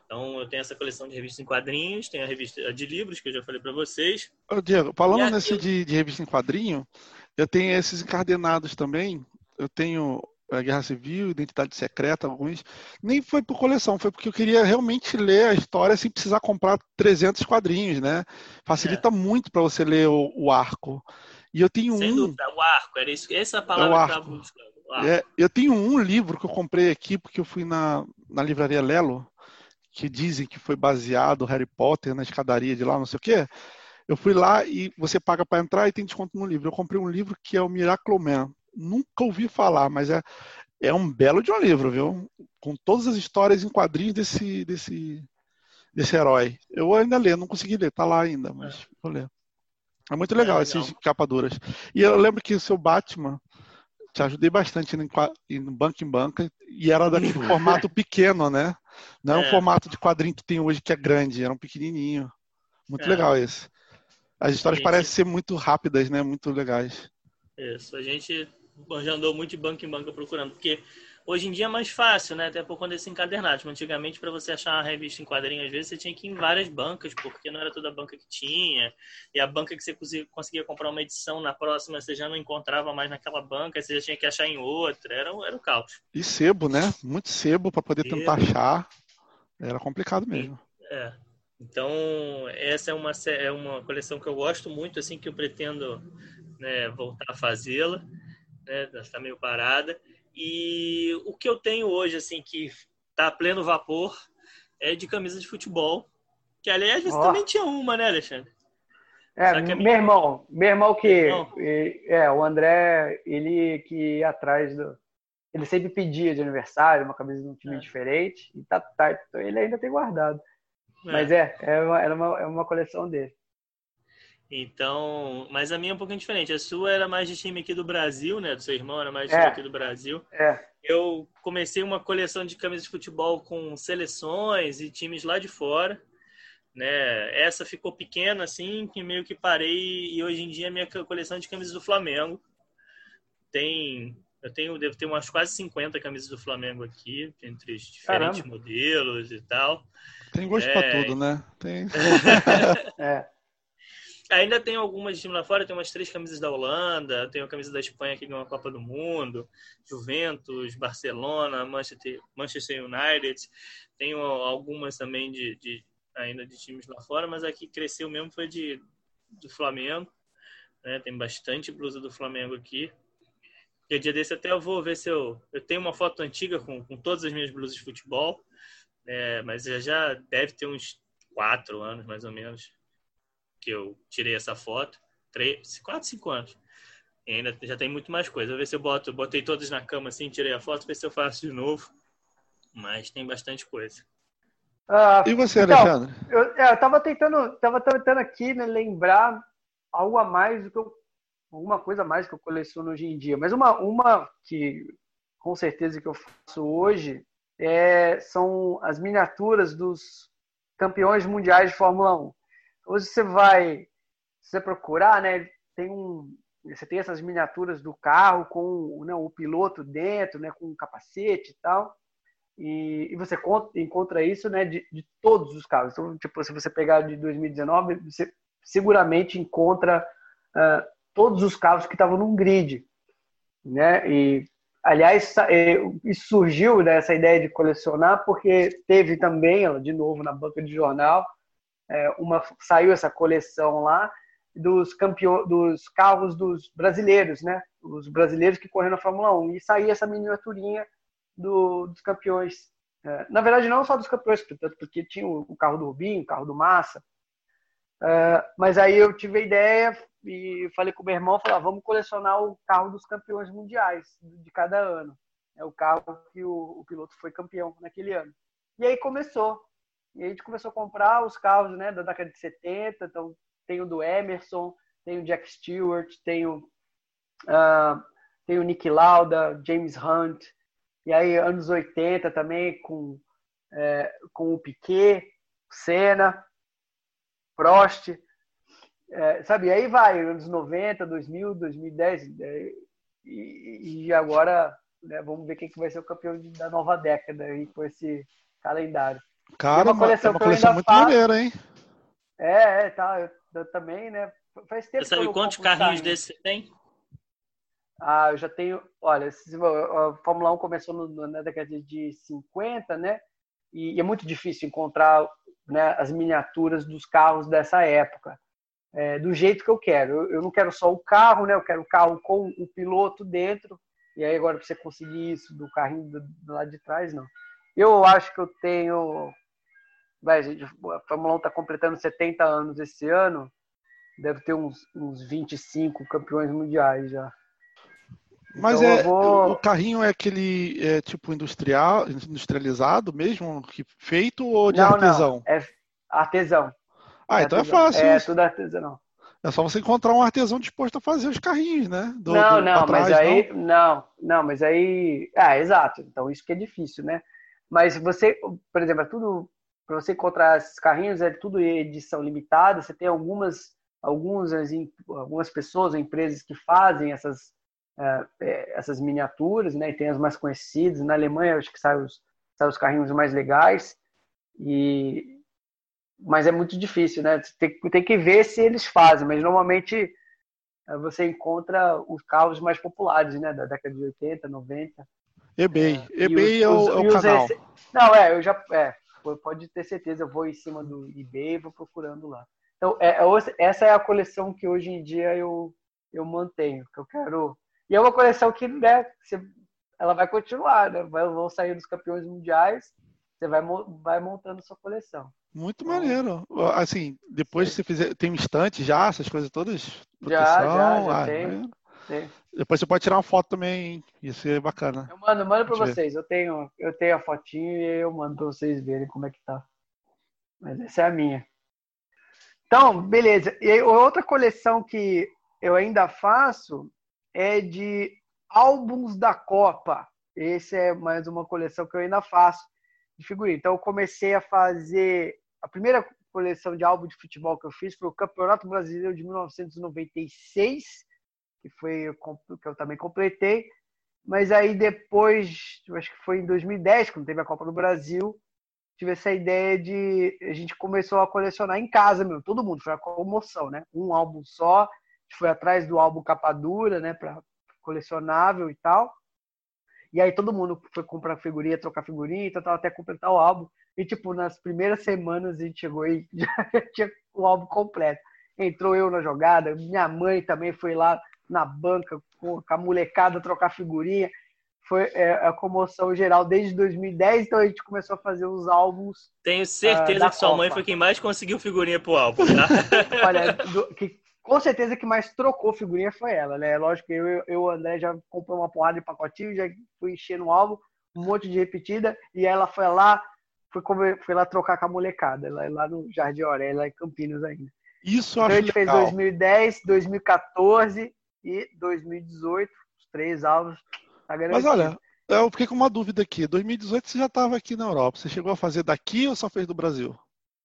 S2: Então, eu tenho essa coleção de revistas em quadrinhos, tenho a revista de livros, que eu já falei para vocês.
S3: Ô, Diego, falando
S2: E
S3: nesse
S2: aqui,
S3: de, de revista em quadrinho, eu tenho esses encadernados também. Eu tenho a Guerra Civil, Identidade Secreta, alguns. Nem foi por coleção, foi porque eu queria realmente ler a história sem precisar comprar trezentos quadrinhos, né? Facilita
S2: é,
S3: muito para você ler o, o arco. E eu tenho
S2: sem
S3: um,
S2: dúvida, o arco, era isso, essa é a
S3: é o
S2: palavra que eu estava
S3: arco.
S2: buscando. O arco.
S3: É, eu tenho um livro que eu comprei aqui porque eu fui na, na livraria Lelo, que dizem que foi baseado Harry Potter na escadaria de lá, não sei o quê. Eu fui lá e você paga para entrar e tem desconto no livro. Eu comprei um livro que é o Miracle Man. Nunca ouvi falar, mas é, é um belo de um livro, viu? Com todas as histórias em quadrinhos desse, desse, desse herói. Eu ainda leio, não consegui ler, tá lá ainda, mas vou ler. É muito
S2: É,
S3: legal
S2: legal.
S3: essas capa duras. E eu lembro que o seu Batman te ajudei bastante no, no banco em banca e era daquele formato pequeno, né? Não é um
S2: É,
S3: formato de quadrinho que tem hoje que é grande, era um pequenininho. Muito
S2: é,
S3: legal esse. As
S2: a
S3: histórias parecem
S2: gente,
S3: ser muito rápidas, né? Muito legais.
S2: isso, a gente já andou muito de banco em banca procurando, porque hoje em dia é mais fácil, né? Até por conta desse encadernado. Mas antigamente, para você achar uma revista em quadrinhos, às vezes você tinha que ir em várias bancas, porque não era toda a banca que tinha. E a banca que você conseguia comprar uma edição na próxima, você já não encontrava mais naquela banca, você já tinha que achar em outra. Era, era o caos.
S3: E sebo, né? Muito sebo para poder tentar
S2: E,
S3: achar. Era complicado
S2: e,
S3: mesmo.
S2: é. Então, essa é uma, é uma coleção que eu gosto muito, assim, que eu pretendo, né, voltar a fazê-la, né? Está meio parada. E o que eu tenho hoje, assim, que está a pleno vapor, é de camisa de futebol. Que, aliás, você
S1: Ó,
S2: também tinha uma, né, Alexandre?
S1: é,
S2: Só que a
S1: meu
S2: minha...
S1: irmão, meu irmão que,
S2: Irmão,
S1: é, o André, ele que ia atrás do, ele sempre pedia de aniversário uma camisa de um time diferente, e tá, tá, ele ainda tem guardado. Mas
S2: é.
S1: é, é uma, era uma, é uma coleção dele.
S2: Então, mas a minha é um pouquinho diferente. A sua era mais de time aqui do Brasil, né? Do seu irmão era mais de time aqui
S1: É,
S2: do Brasil.
S1: é.
S2: Eu comecei uma coleção de camisas de futebol com seleções e times lá de fora, né? Essa ficou pequena, assim, que meio que parei. E hoje em dia a minha coleção é de camisas do Flamengo. Tem, eu tenho, devo ter umas quase cinquenta camisas do Flamengo aqui, entre os diferentes
S1: Caramba.
S2: modelos e tal.
S3: Tem gosto para
S2: É...
S3: tudo, né? Tem.
S1: É.
S2: Ainda tem algumas de time lá fora, tem umas três camisas da Holanda, tem a camisa da Espanha que ganhou a Copa do Mundo, Juventus, Barcelona, Manchester, Manchester United, tenho algumas também de, de ainda de times lá fora, mas aqui cresceu mesmo foi de do Flamengo, né? Tem bastante blusa do Flamengo aqui. E dia desse até eu vou ver se eu eu tenho uma foto antiga com, com todas as minhas blusas de futebol, né? Mas já, já deve ter uns quatro anos mais ou menos que eu tirei essa foto, três, quatro, cinco anos. E ainda já tem muito mais coisa. Vou ver se eu boto, botei todas na cama assim, tirei a foto, ver se eu faço de novo. Mas tem bastante coisa.
S1: Ah,
S3: E você,
S1: então,
S3: Alexandre?
S1: eu, é, eu tava tentando, tava tentando aqui, né, lembrar algo a mais do que eu, alguma coisa a mais que eu coleciono hoje em dia. Mas uma, uma que com certeza que eu faço hoje é, são as miniaturas dos campeões mundiais de Fórmula um. Hoje você vai, se você procurar, né, tem um, você tem essas miniaturas do carro com, né, o piloto dentro, né, com um capacete e tal. E, e você encontra isso, né, de, de todos os carros. Então, tipo, se você pegar de dois mil e dezenove, você seguramente encontra uh, todos os carros que estavam num grid, né? E aliás, isso surgiu, né, essa ideia de colecionar porque teve também, de novo na banca de jornal, uma, saiu essa coleção lá dos campeões, dos carros dos brasileiros, né? Os brasileiros que correram na Fórmula um. E saía essa miniaturinha do, dos campeões. É, na verdade, não só dos campeões, porque tinha o carro do Rubinho, o carro do Massa. É, mas aí eu tive a ideia e falei com o meu irmão, falei, ah, vamos colecionar o carro dos campeões mundiais de cada ano. É o carro que o, o piloto foi campeão naquele ano. E aí começou. E a gente começou a comprar os carros, né, da década de setenta. Então, tem o do Emerson, tem o Jack Stewart, tem o, uh, tem o Niki Lauda, James Hunt. E aí, anos oitenta também, com, é, com o Piquet, Senna, Prost. É, sabe, e aí vai, anos noventa, dois mil, dois mil e dez. É, e, e agora, né, vamos ver quem que vai ser o campeão de, da nova década aí, com esse calendário.
S3: Cara,
S1: é uma coleção,
S3: é uma
S1: que eu
S3: coleção
S1: ainda
S3: muito
S1: faço.
S3: maneira, hein?
S1: É, é, tá. Eu, eu também, né? Faz tempo
S2: Você
S1: que eu
S2: sabe
S1: não
S2: quantos
S1: compro uns
S2: carrinhos
S1: carrinhos.
S2: desses você tem?
S1: Ah, eu já tenho. Olha, a Fórmula um começou no, na década de cinquenta, né? E, e é muito difícil encontrar, né, as miniaturas dos carros dessa época, é, do jeito que eu quero. Eu, eu não quero só o carro, né? Eu quero o carro com o piloto dentro. E aí agora, para você conseguir isso do carrinho do, do lado de trás, não. Eu acho que eu tenho. Vai, gente, a Fórmula um está completando setenta anos esse ano. Deve ter uns, uns vinte e cinco campeões mundiais já.
S3: Mas
S1: Então eu
S3: é, o
S1: vou.
S3: carrinho é aquele é, tipo industrial, industrializado mesmo, que feito ou de
S1: Não, não.
S3: artesão?
S1: É artesão.
S3: Ah,
S1: É
S3: então é
S1: artesão.
S3: fácil
S1: É
S3: isso.
S1: tudo artesanal.
S3: É só você encontrar um artesão disposto a fazer os carrinhos, né? Do,
S1: Não,
S3: do para
S1: não, mas
S3: trás, não?
S1: aí. Não, não, mas aí. Ah, exato. Então isso que é difícil, né? Mas você, por exemplo, é tudo. Para você encontrar esses carrinhos, é tudo edição limitada. Você tem algumas, algumas, algumas pessoas, empresas que fazem essas, essas miniaturas, né? E tem as mais conhecidas. Na Alemanha, acho que saem os, saem os carrinhos mais legais. E, mas é muito difícil, né? Tem, tem que ver se eles fazem, mas normalmente você encontra os carros mais populares, né? Da década de oitenta, noventa.
S3: eBay.
S1: É, e os,
S3: eBay é
S1: os,
S3: o, é o
S1: e os
S3: canal.
S1: Não, é, eu já. É, pode ter certeza, eu vou em cima do eBay e vou procurando lá. Então, é, essa é a coleção que hoje em dia eu, eu mantenho, que eu quero. E é uma coleção que, né, você, ela vai continuar, né? Vai, vão sair dos campeões mundiais, você vai, vai montando sua coleção.
S3: Muito
S1: Então,
S3: maneiro. Assim, depois que você fizer. Tem um estante já, essas coisas todas?
S1: já, já,
S3: Proteção.
S1: já
S3: Ah,
S1: tem. tem.
S3: Depois você pode tirar uma foto também. Isso é bacana.
S1: Eu mando, mando para
S3: Deixa eu ver.
S1: vocês. Eu tenho, eu tenho a fotinho e eu mando para vocês verem como é que tá. Mas essa é a minha. Então, beleza. E aí, outra coleção que eu ainda faço é de álbuns da Copa. Essa é mais uma coleção que eu ainda faço de figurinha. Então, eu comecei a fazer... A primeira coleção de álbum de futebol que eu fiz foi o Campeonato Brasileiro de mil novecentos e noventa e seis, que foi que eu também completei. Mas aí depois, eu acho que foi em dois mil e dez, quando teve a Copa do Brasil, tive essa ideia de... A gente começou a colecionar em casa mesmo, todo mundo, foi uma comoção, né? Um álbum só, a gente foi atrás do álbum capa dura, né? Para colecionável e tal. E aí todo mundo foi comprar figurinha, trocar figurinha e tal, até completar o álbum. E, tipo, nas primeiras semanas a gente chegou e já tinha o álbum completo. Entrou eu na jogada, minha mãe também foi lá na banca com a molecada trocar figurinha. Foi é, a comoção geral desde dois mil e dez, então a gente começou a fazer os álbuns.
S2: Tenho certeza
S1: uh,
S2: que sua
S1: Copa.
S2: mãe foi quem mais conseguiu figurinha pro álbum, tá?
S1: Olha, do, que, com certeza que mais trocou figurinha foi ela, né? Lógico que eu e o André já comprou uma porrada de pacotinho, já fui enchendo o álbum, um monte de repetida, e ela foi lá, foi, foi lá trocar com a molecada, lá, lá no Jardim Aurélia, lá em Campinas ainda.
S3: Isso eu
S1: então
S3: acho
S1: a gente
S3: legal.
S1: fez dois mil e dez, dois mil e quatorze e dois mil e dezoito, os três álbuns. Tá garantido.
S3: Mas olha, eu fiquei com uma dúvida aqui. dois mil e dezoito você já estava aqui na Europa. Você chegou a fazer daqui ou só fez do Brasil?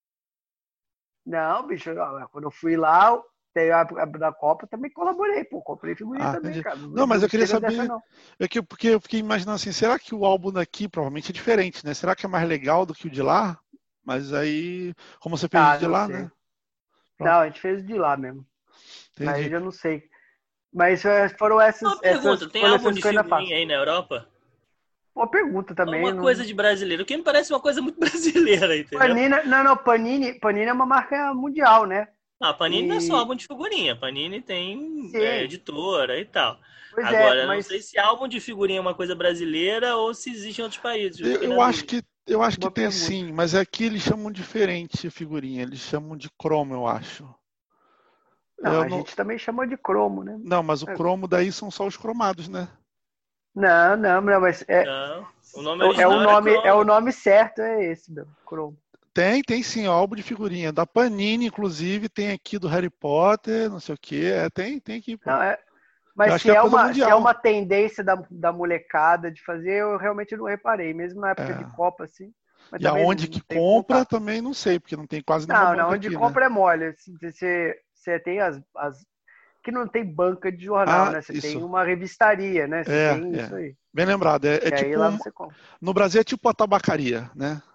S1: Não, bicho, quando eu fui lá, a da Copa, também colaborei, pô, comprei figurinha
S3: ah,
S1: também,
S3: entendi.
S1: cara.
S3: Não, mas eu queria saber,
S1: dessa, não.
S3: É que, porque eu fiquei imaginando assim, será que o álbum daqui provavelmente é diferente, né? Será que é mais legal do que o de lá? Mas aí, como você fez
S1: ah,
S3: de lá,
S1: sei.
S3: né?
S1: Não, a gente fez de lá mesmo.
S3: Entendi.
S1: Aí eu já não sei. Mas foram essas.
S2: Uma pergunta,
S1: essas
S2: tem álbum de figurinha aí na Europa?
S1: Uma pergunta também.
S2: Uma
S1: não...
S2: coisa de brasileiro, o que me parece uma coisa muito brasileira, entendeu?
S1: Panini, não, não, Panini, Panini é uma marca mundial, né?
S2: Ah, Panini
S1: e...
S2: não é só álbum de figurinha, Panini tem é, editora e tal.
S1: Pois
S2: Agora,
S1: é, mas...
S2: não sei se álbum de figurinha é uma coisa brasileira ou se existe em outros países.
S3: Eu, eu acho que eu acho
S1: Boa
S3: que tem
S1: pergunta.
S3: sim, mas aqui eles chamam diferente figurinha, eles chamam de cromo, eu acho.
S1: Não,
S3: eu
S1: a
S3: não...
S1: gente também chama de cromo, né?
S3: Não, mas o
S1: é.
S3: cromo daí são só os cromados, né?
S1: Não, não, não, mas é,
S2: não, o nome
S1: é, o nome,
S2: cromo.
S1: é o nome certo, é esse, meu, cromo.
S3: Tem, tem sim, álbum de figurinha. Da Panini, inclusive, tem aqui do Harry Potter, não sei o quê. É, tem, tem aqui. Pô.
S1: Não, é, mas se é, é uma, se é uma tendência da, da molecada de fazer, eu realmente não reparei, mesmo na época
S3: é.
S1: de Copa, assim. Mas
S3: e aonde que compra, contato. Também não sei, porque não tem quase nenhuma
S1: Não, não, onde
S3: aqui,
S1: compra
S3: né?
S1: é mole. Você, você tem as, as... que não tem banca de jornal,
S3: ah,
S1: né? Você
S3: isso.
S1: tem uma revistaria, né? Você
S3: é,
S1: tem
S3: é.
S1: isso aí.
S3: Bem lembrado. É, é tipo
S1: aí lá
S3: um...
S1: você compra.
S3: No Brasil é tipo a tabacaria, né?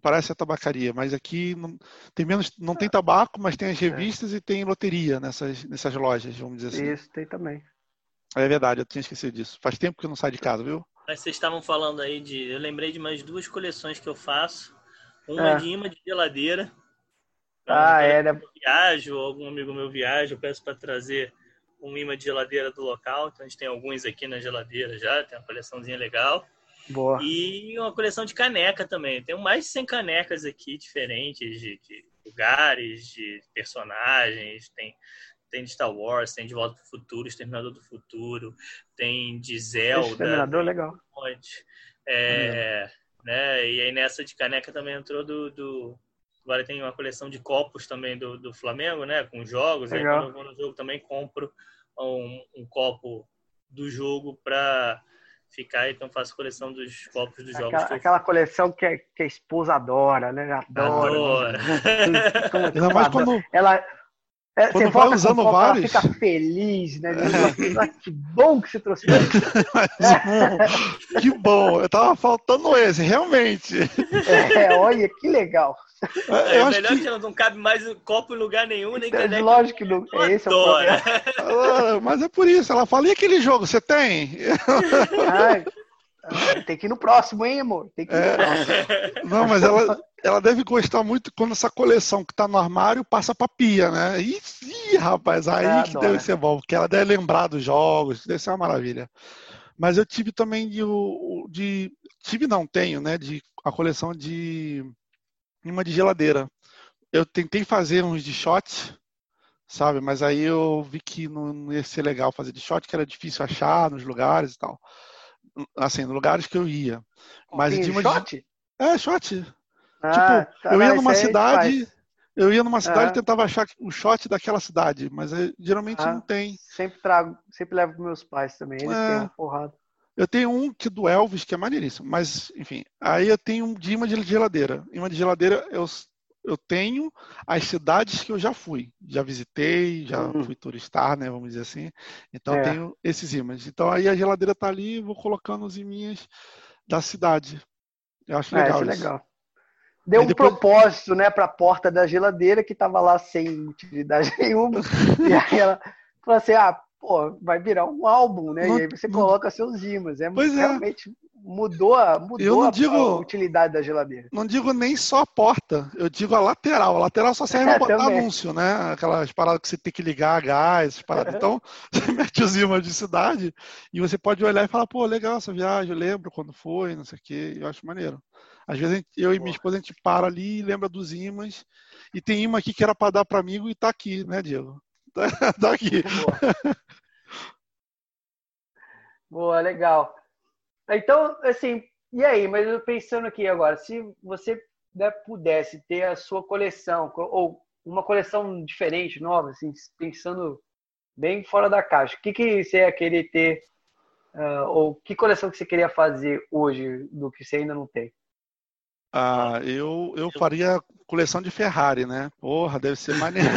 S3: parece a tabacaria, mas aqui não tem menos, não tem tabaco, mas tem as revistas é. e tem loteria nessas, nessas lojas, vamos dizer assim.
S1: Isso, tem também.
S3: É verdade, eu tinha esquecido disso. Faz tempo que eu não saio de casa, viu?
S2: Mas vocês estavam falando aí de... Eu lembrei de mais duas coleções que eu faço. Uma é de imã de geladeira.
S1: Ah, é, né?
S2: Eu viajo, algum amigo meu viaja, eu peço para trazer um imã de geladeira do local. Então a gente tem alguns aqui na geladeira já, tem uma coleçãozinha legal.
S1: Boa.
S2: E uma coleção de caneca também. Tenho mais de cem canecas aqui, diferentes, de, de lugares, de personagens. Tem, tem de Star Wars, tem de Volta para o Futuro, Exterminador do Futuro, tem de Zelda.
S1: Exterminador, legal.
S2: Um monte. É, né? E aí nessa de caneca também entrou do... do... Agora tem uma coleção de copos também do, do Flamengo, né? Com jogos. Legal. Aí quando eu vou no jogo também compro um, um copo do jogo para... ficar, então faço coleção dos copos dos
S1: aquela,
S2: jogos. Que eu...
S1: Aquela coleção que a, que a esposa adora, né? Adora.
S2: Adora.
S3: Ainda mais quando...
S1: Ela, é,
S3: quando
S1: você
S3: vai
S1: volta
S3: usando
S1: com copo,
S3: vários...
S1: ela fica feliz, né? É. Que bom que você trouxe.
S3: Que bom. Eu tava faltando esse, realmente.
S1: É, olha, que legal.
S2: É, é melhor que... que não cabe mais copo em lugar nenhum, nem caneca.
S1: Lógico que não. É esse é o problema.
S3: Ah, mas é por isso. Ela fala, e aquele jogo, você tem?
S1: Ai, tem que ir no próximo, hein, amor? Tem que ir no próximo.
S3: É... Não, mas ela, ela deve gostar muito quando essa coleção que tá no armário passa pra pia, né? Ih, ih rapaz, aí
S1: ah,
S3: que
S1: adora.
S3: deve ser bom, porque ela deve lembrar dos jogos, deve ser uma maravilha. Mas eu tive também de... de tive, não, tenho, né? De, a coleção de... imã de geladeira. Eu tentei fazer uns de shot, sabe? Mas aí eu vi que não ia ser legal fazer de shot, que era difícil achar nos lugares e tal. Assim, nos lugares que eu ia. Mas
S1: Tem
S3: de imã
S1: shot?
S3: de... É, shot.
S1: Ah,
S3: tipo,
S1: tá,
S3: eu ia
S1: não,
S3: numa cidade, eu ia numa cidade e
S1: ah.
S3: tentava achar o shot daquela cidade, mas eu, geralmente
S1: ah,
S3: não tem.
S1: Sempre trago, sempre levo para meus pais também, eles
S3: é.
S1: têm uma porrada.
S3: Eu tenho um que do Elvis, que é maneiríssimo, mas, enfim, aí eu tenho um de imã de geladeira. Imã de geladeira, eu, eu tenho as cidades que eu já fui, já visitei, já uhum. fui turistar, né, vamos dizer assim. Então é. eu tenho esses imãs. Então aí a geladeira tá ali, vou colocando os iminhas da cidade. Eu acho legal
S1: é,
S3: isso.
S1: Legal. Deu
S3: aí
S1: um
S3: depois...
S1: propósito, né, para a porta da geladeira que tava lá sem utilidade nenhuma. E aí ela falou assim, ah, pô, vai virar um álbum, né? Não, e aí você não... coloca seus imãs. É,
S3: pois
S1: realmente é. mudou, a, mudou a, digo, a utilidade da geladeira.
S3: Não digo nem só a porta, eu digo a lateral. A lateral só serve para botar anúncio, né? Aquelas paradas que você tem que ligar a gás, essas paradas. Então, você mete os imãs de cidade e você pode olhar e falar, pô, legal essa viagem, eu lembro quando foi, não sei o quê. Eu acho maneiro. Às vezes eu e minha esposa a gente para ali e lembra dos imãs. E tem imã aqui que era para dar para amigo e tá aqui, né, Diego? Tá, tá aqui.
S1: Boa. Boa, legal. Então, assim, e aí? Mas eu pensando aqui agora, se você né, pudesse ter a sua coleção, ou uma coleção diferente, nova, assim, pensando bem fora da caixa, o que, que você ia querer ter, uh, ou que coleção que você queria fazer hoje do que você ainda não tem?
S3: Ah, eu, eu faria coleção de Ferrari, né? Porra, deve ser maneiro.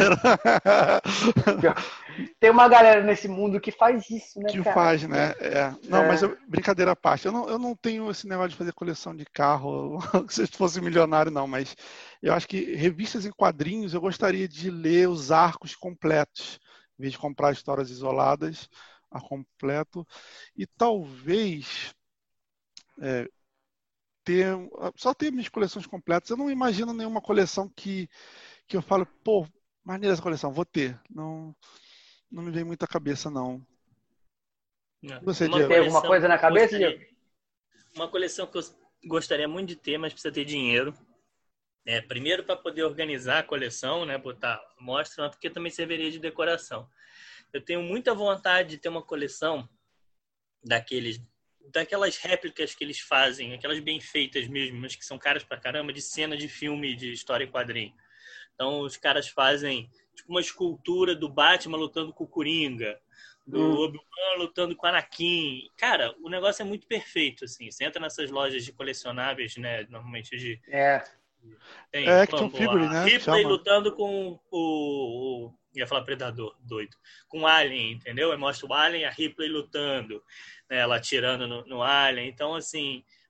S1: Tem uma galera nesse mundo que faz isso, né,
S3: que
S1: cara?
S3: faz, né? É. Não,
S1: é.
S3: mas eu, brincadeira à parte, eu não, eu não tenho esse negócio de fazer coleção de carro, se eu fosse milionário, não, mas eu acho que revistas em quadrinhos, eu gostaria de ler os arcos completos, em vez de comprar histórias isoladas, a completo, e talvez... É, ter, só ter minhas coleções completas. Eu não imagino nenhuma coleção que, que eu falo, pô, maneira essa coleção, vou ter. Não, não me vem muita cabeça, não.
S2: não.
S3: Você,
S1: Diego? Tem alguma coisa na cabeça, Diego?
S2: Uma coleção que eu gostaria muito de ter, mas precisa ter dinheiro. É, primeiro, para poder organizar a coleção, né, botar mostra, porque também serviria de decoração. Eu tenho muita vontade de ter uma coleção daqueles daquelas réplicas que eles fazem, aquelas bem feitas mesmo, mas que são caras pra caramba, de cena de filme de história em quadrinho. Então, os caras fazem tipo uma escultura do Batman lutando com o Coringa, do hum. Obi-Wan lutando com o Anakin. Cara, o negócio é muito perfeito, assim. Você entra nessas lojas de colecionáveis, né, normalmente de...
S1: É.
S2: Tem,
S3: é,
S2: Action
S3: Figure, né?
S2: Ripley lutando com o... o ia falar Predador, doido. Com o Alien, entendeu? Aí mostra o Alien e a Ripley lutando, né, ela atirando no, no Alien. Então, assim,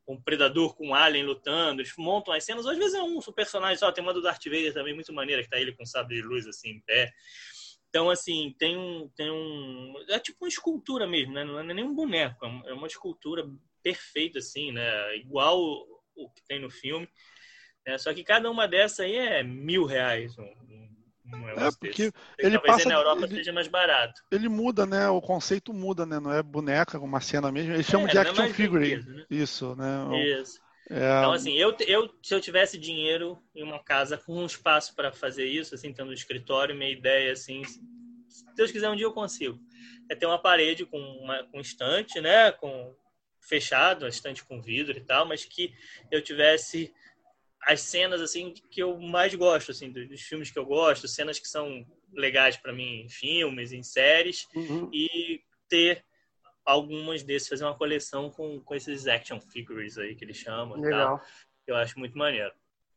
S2: um predador com um alien lutando, eles montam as cenas, ou às vezes é um personagem só, tem uma do Darth Vader também muito maneira, que tá ele com um sabre de luz assim, em pé. Então, assim, tem um, tem um... É tipo uma escultura mesmo, né? Não é nem um boneco, é uma escultura perfeita, assim, né? Igual o, o que tem no filme. Né? Só que cada uma dessa aí é mil reais. Um, um
S3: É, porque
S2: desse.
S3: ele
S2: Talvez
S3: passa...
S2: aí na Europa
S3: ele,
S2: seja mais barato.
S3: ele muda, né? O conceito muda, né? Não é boneca, uma cena mesmo. Eles chamam
S2: É,
S3: de
S2: não é
S3: action
S2: mais
S3: figure.
S2: brinquedo, né?
S3: Isso, né?
S2: Isso.
S3: É...
S2: Então, assim, eu, eu, se eu tivesse dinheiro em uma casa com um espaço para fazer isso, assim, tendo um escritório, minha ideia, assim, se Deus quiser, um dia eu consigo, é ter uma parede com uma com estante, né, com fechado, a estante com vidro e tal, mas que eu tivesse as cenas, assim, que eu mais gosto, assim, dos filmes que eu gosto, cenas que são legais para mim em filmes, em séries,
S1: Uhum.
S2: e ter algumas desses, fazer uma coleção com, com esses action figures aí que eles chamam e
S1: Legal.
S2: tal. Eu acho muito maneiro.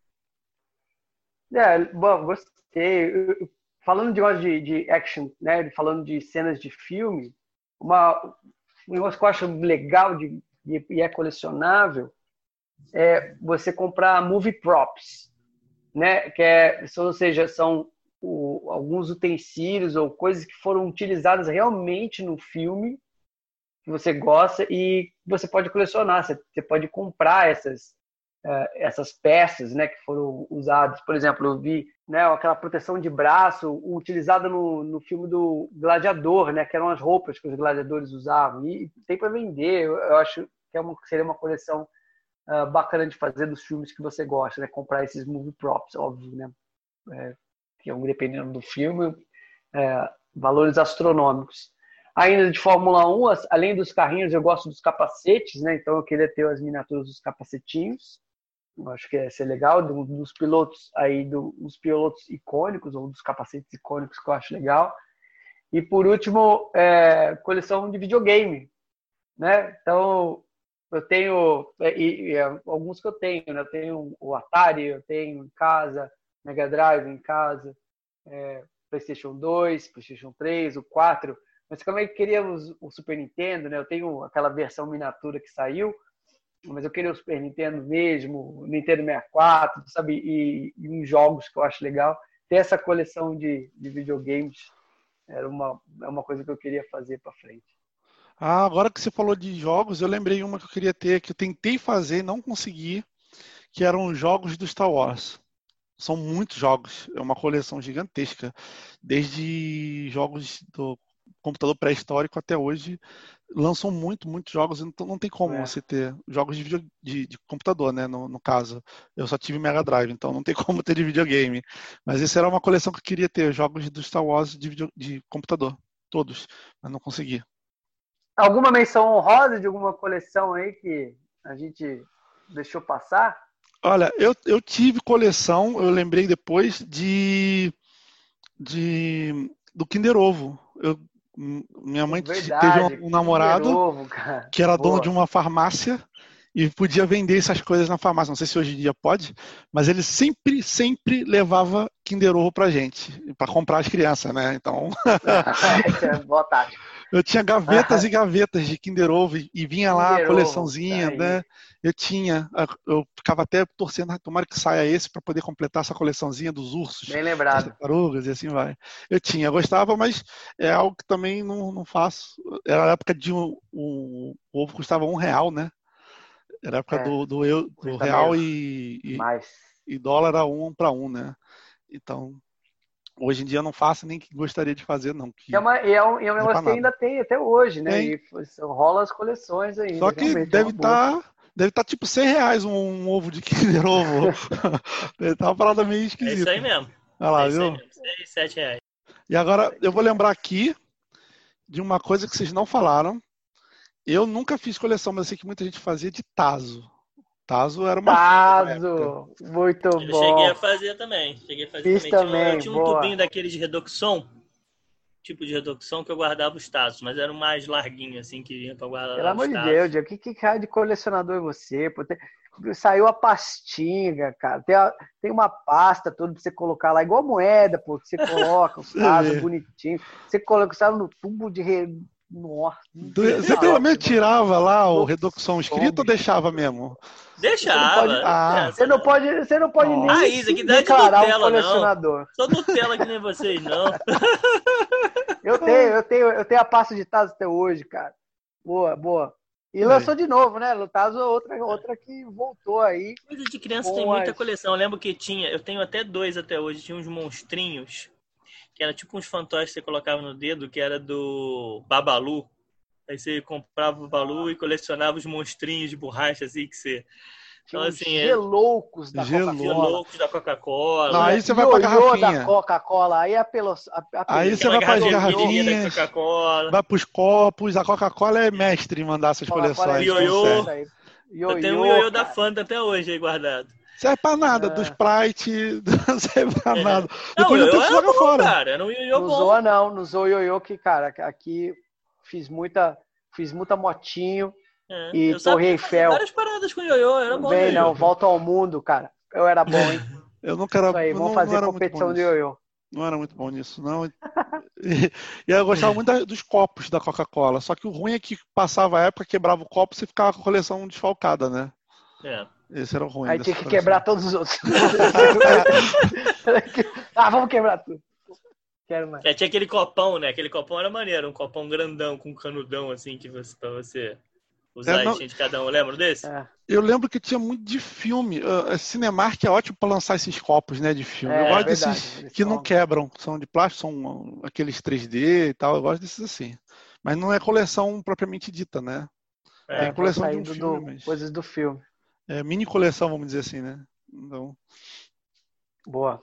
S1: É, bom, gostei. Falando de negócio de, de action, né? Falando de cenas de filme, uma, um negócio que eu acho legal de, de, e é colecionável é você comprar movie props, né? Que é, ou seja, são o, alguns utensílios ou coisas que foram utilizadas realmente no filme que você gosta e você pode colecionar, você, você pode comprar essas, uh, essas peças, né, que foram usadas. Por exemplo, eu vi, né, aquela proteção de braço utilizada no, no filme do Gladiador, né, que eram as roupas que os gladiadores usavam, e tem para vender. Eu, eu acho que é uma, seria uma coleção uh, bacana de fazer dos filmes que você gosta, né, comprar esses movie props, óbvio, né, é, que é um, dependendo do filme, é, valores astronômicos. Ainda de Fórmula um, além dos carrinhos, eu gosto dos capacetes, né? Então eu queria ter as miniaturas dos capacetinhos. Eu acho que ia ser legal, dos pilotos aí, dos pilotos icônicos, ou dos capacetes icônicos que eu acho legal. E por último, é, coleção de videogame, né? Então eu tenho, e, e, alguns que eu tenho, né? Eu tenho o Atari, eu tenho em casa, Mega Drive em casa, é, PlayStation dois, PlayStation três, o quatro. Mas também queria o Super Nintendo, né? Eu tenho aquela versão miniatura que saiu, mas eu queria o Super Nintendo mesmo, o Nintendo sessenta e quatro, sabe? E, e uns jogos que eu acho legal. Ter essa coleção de, de videogames era uma, é uma coisa que eu queria fazer para frente.
S3: Ah, agora que você falou de jogos, eu lembrei uma que eu queria ter, que eu tentei fazer e não consegui, que eram os jogos do Star Wars. São muitos jogos, é uma coleção gigantesca, desde jogos do computador pré-histórico até hoje, lançam muito, muitos jogos, então não tem como é. você ter jogos de, video, de, de computador, né, no, no caso. Eu só tive Mega Drive, então não tem como ter de videogame. Mas essa era uma coleção que eu queria ter, jogos do Star Wars de, video, de computador, todos, mas não consegui.
S1: Alguma menção honrosa de alguma coleção aí que a gente deixou passar?
S3: Olha, eu, eu tive coleção, eu lembrei depois, de, de do Kinder Ovo. Eu, minha mãe
S1: Verdade,
S3: teve um, um namorado
S1: ovo,
S3: que era
S1: Boa.
S3: dono de uma farmácia e podia vender essas coisas na farmácia. Não sei se hoje em dia pode, mas ele sempre, sempre levava Kinder Ovo pra gente, para comprar as crianças, né? Então...
S1: Boa tarde.
S3: Eu tinha gavetas e gavetas de Kinder Ovo e vinha lá
S1: Kinder
S3: a coleçãozinha,
S1: Ovo,
S3: né? Eu tinha, eu ficava até torcendo, tomara que saia esse para poder completar essa coleçãozinha dos ursos,
S1: bem lembrado,
S3: das tartarugas e assim vai. Eu tinha, eu gostava, mas é algo que também não, não faço. Era a época de um, o ovo custava um real, né? Era a época é, do, do, eu, do real e, e, e dólar era um para um, né? Então hoje em dia eu não faço nem que gostaria de fazer, não. Que
S1: é, uma, e é, um, é um negócio que ainda tem até hoje, né?
S3: Tem.
S1: E rola as coleções ainda.
S3: Só que deve estar tá, deve tá tipo cem reais um, um ovo de Kinder Ovo. Deve estar tá uma parada meio esquisita.
S2: É isso aí mesmo.
S3: Olha lá,
S2: é isso
S3: viu?
S2: Aí mesmo. seis, sete reais.
S3: E agora eu vou lembrar aqui de uma coisa que vocês não falaram. Eu nunca fiz coleção, mas eu sei que muita gente fazia de tazo. Tazo era uma
S1: Tazo, muito
S2: eu
S1: bom.
S2: Eu cheguei a fazer também. Cheguei a fazer
S1: Fiz
S2: também.
S1: também.
S2: Eu tinha um
S1: boa.
S2: tubinho daquele de redução, tipo de redução, que eu guardava os tazos, mas era um mais larguinho, assim, que vinha pra guardar
S1: Pelo
S2: os
S1: amor de
S2: tazos.
S1: Deus, Diego, que, que cara de colecionador é você? Pô, tem, saiu a pastinha, cara. Tem, a, tem uma pasta toda pra você colocar lá, igual moeda, pô, que você coloca os tazos bonitinho. Você coloca, sabe, no tubo de, re, Nossa.
S3: Você pelo menos tirava lá o redução escrito ou deixava mesmo?
S2: Deixava.
S1: Você não pode,
S2: ah,
S1: você não pode, você não pode
S3: Oh.
S1: nem
S2: Ah, Isa, que dá de
S1: declarar um
S2: Nutella,
S1: colecionador.
S2: não. Sou Nutella que nem vocês, não.
S1: Eu tenho, eu tenho, eu tenho a pasta de Tazo até hoje, cara. Boa, boa. E
S3: É.
S1: lançou de novo, né? O Tazo é outra, outra que voltou aí.
S2: Coisa de criança
S1: com
S2: tem muita
S1: as-
S2: coleção. Eu lembro que tinha, eu tenho até dois até hoje, tinha uns monstrinhos, que era tipo uns fantoches que você colocava no dedo, que era do Babalu. Aí você comprava o Babalu e colecionava os monstrinhos de borracha, assim, que você... Então,
S1: Tinha os
S2: assim, é...
S1: geloucos da
S3: Gelouco.
S1: Coca-Cola.
S2: loucos da Coca-Cola.
S3: Não, aí
S1: É,
S3: você vai pra
S1: ioiô
S3: garrafinha.
S1: da Coca-Cola. Aí a pelo, a, a
S3: Aí
S1: pelo-
S3: você vai pra
S2: Aquela
S3: garrafinhas,
S2: da Coca-Cola.
S3: vai pros copos. A Coca-Cola é mestre em mandar essas
S1: Coca-Cola é
S3: coleções.
S2: Ioiô.
S3: então
S1: isso aí.
S2: Eu tenho um
S1: Ioiô,
S2: ioiô da
S1: cara.
S2: Fanta até hoje aí guardado.
S3: Serve pra nada,
S1: É.
S3: do Sprite, não serve pra
S2: É.
S3: nada.
S2: Não, o
S3: Depois eu
S2: ioiô
S3: tenho que
S2: era
S3: jogar
S2: bom,
S3: fora.
S2: cara. Era um ioiô
S1: Não
S2: bom.
S1: zoa não, não zoa ioiô que, cara, aqui fiz muita, fiz muita motinho.
S2: É.
S1: E
S2: Eu sabia
S1: Torre
S2: fazer
S1: Eiffel.
S2: várias paradas com ioiô, era bom.
S1: Vem
S2: ioiô.
S1: não, volta ao mundo, cara. Eu era bom, hein?
S3: Eu nunca era,
S1: Isso aí,
S3: eu
S1: vamos
S3: não,
S1: fazer
S3: não era muito
S1: competição
S3: bom
S1: de
S3: nisso.
S1: ioiô.
S3: Não era muito bom nisso, não. E, e eu gostava muito da- dos copos da Coca-Cola. Só que o ruim é que passava a época, quebrava o copo e você ficava com a coleção desfalcada, né?
S2: É.
S3: Esse era o ruim.
S1: Aí
S3: dessa
S1: tinha que
S3: coleção.
S1: quebrar todos os outros. Ah, vamos quebrar tudo. Quero mais.
S2: É, tinha aquele copão, né? Aquele copão era maneiro, um copão grandão, com um canudão, assim, que você, pra você usar
S3: É, não-
S2: e tinha de cada um. Lembra desse?
S1: É,
S3: Eu lembro que tinha muito de filme. Uh, a Cinemark é ótimo para lançar esses copos, né, de filme.
S1: É,
S3: eu gosto
S1: verdade,
S3: desses
S1: eles
S3: que
S1: são-
S3: não quebram, são de plástico, são uh, aqueles três D e tal. Eu gosto desses assim. Mas não é coleção propriamente dita, né?
S2: É,
S3: Tem
S1: vai
S3: coleção de um
S1: saindo
S3: filme,
S1: do-
S3: mas
S1: coisas do filme.
S3: é mini coleção, vamos dizer assim, né? Então,
S1: Boa.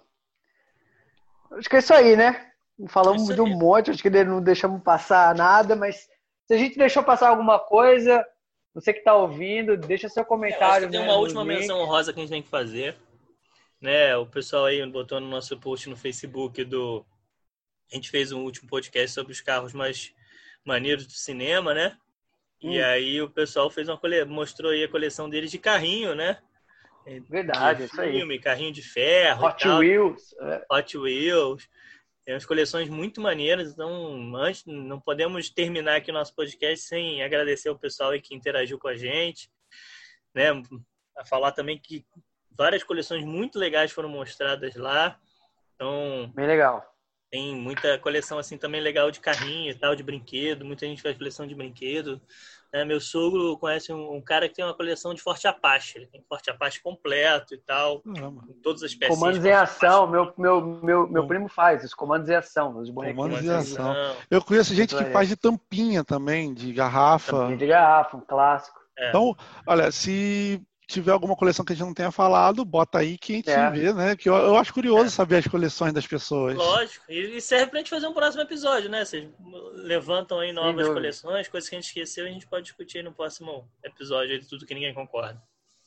S1: Acho que é isso aí, né? Falamos
S2: Isso
S1: de um
S2: aí.
S1: monte, acho que não deixamos passar nada, mas se a gente deixou passar alguma coisa, você que está ouvindo, deixa seu
S2: Eu acho
S1: comentário.
S2: que tem
S1: né,
S2: uma
S1: nos
S2: última
S1: links.
S2: menção honrosa que a gente tem que fazer. Né? O pessoal aí botou no nosso post no Facebook do... A gente fez um último podcast sobre os carros mais maneiros do cinema, né? E
S1: Hum.
S2: aí o pessoal fez uma cole... mostrou aí a coleção deles de carrinho, né?
S1: Verdade,
S2: de
S1: é isso aí.
S2: filme, carrinho de ferro
S1: Hot
S2: e tal.
S1: Wheels. é.
S2: Hot Wheels. Tem umas coleções muito maneiras, então antes, não podemos terminar aqui o nosso podcast sem agradecer o pessoal aí que interagiu com a gente, né? A falar também que várias coleções muito legais foram mostradas lá, então
S1: Bem legal.
S2: tem muita coleção assim também legal de carrinho e tal, de brinquedo, muita gente faz coleção de brinquedo. Né? Meu sogro conhece um, um cara que tem uma coleção de Forte Apache, ele tem Forte Apache completo e tal,
S3: caramba.
S2: com todas as peças.
S1: Comandos em ação. Meu, meu, meu, meu primo faz os comandos em ação, os bonequinhos.
S3: Comandos em ação.
S2: Não,
S3: Eu conheço gente que
S1: Muito
S3: faz de tampinha também, de garrafa.
S1: Tampinha de garrafa, um clássico.
S2: é.
S3: Então, olha, se tiver alguma coleção que a gente não tenha falado, bota aí que a gente
S1: É.
S3: vê, né? Que eu, eu acho curioso
S2: É.
S3: saber as coleções das pessoas.
S2: Lógico, e serve pra gente fazer um próximo episódio, né? Vocês levantam aí novas
S1: dúvida.
S2: coleções, coisas que a gente esqueceu, e a gente pode discutir no próximo episódio de tudo que ninguém concorda.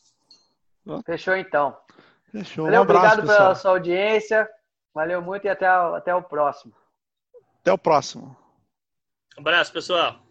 S1: Fechou então.
S3: Fechou.
S1: Valeu,
S3: Um abraço,
S1: obrigado
S3: pessoal.
S1: pela sua audiência. Valeu muito e até, até o próximo.
S3: Até o próximo.
S2: Um abraço, pessoal!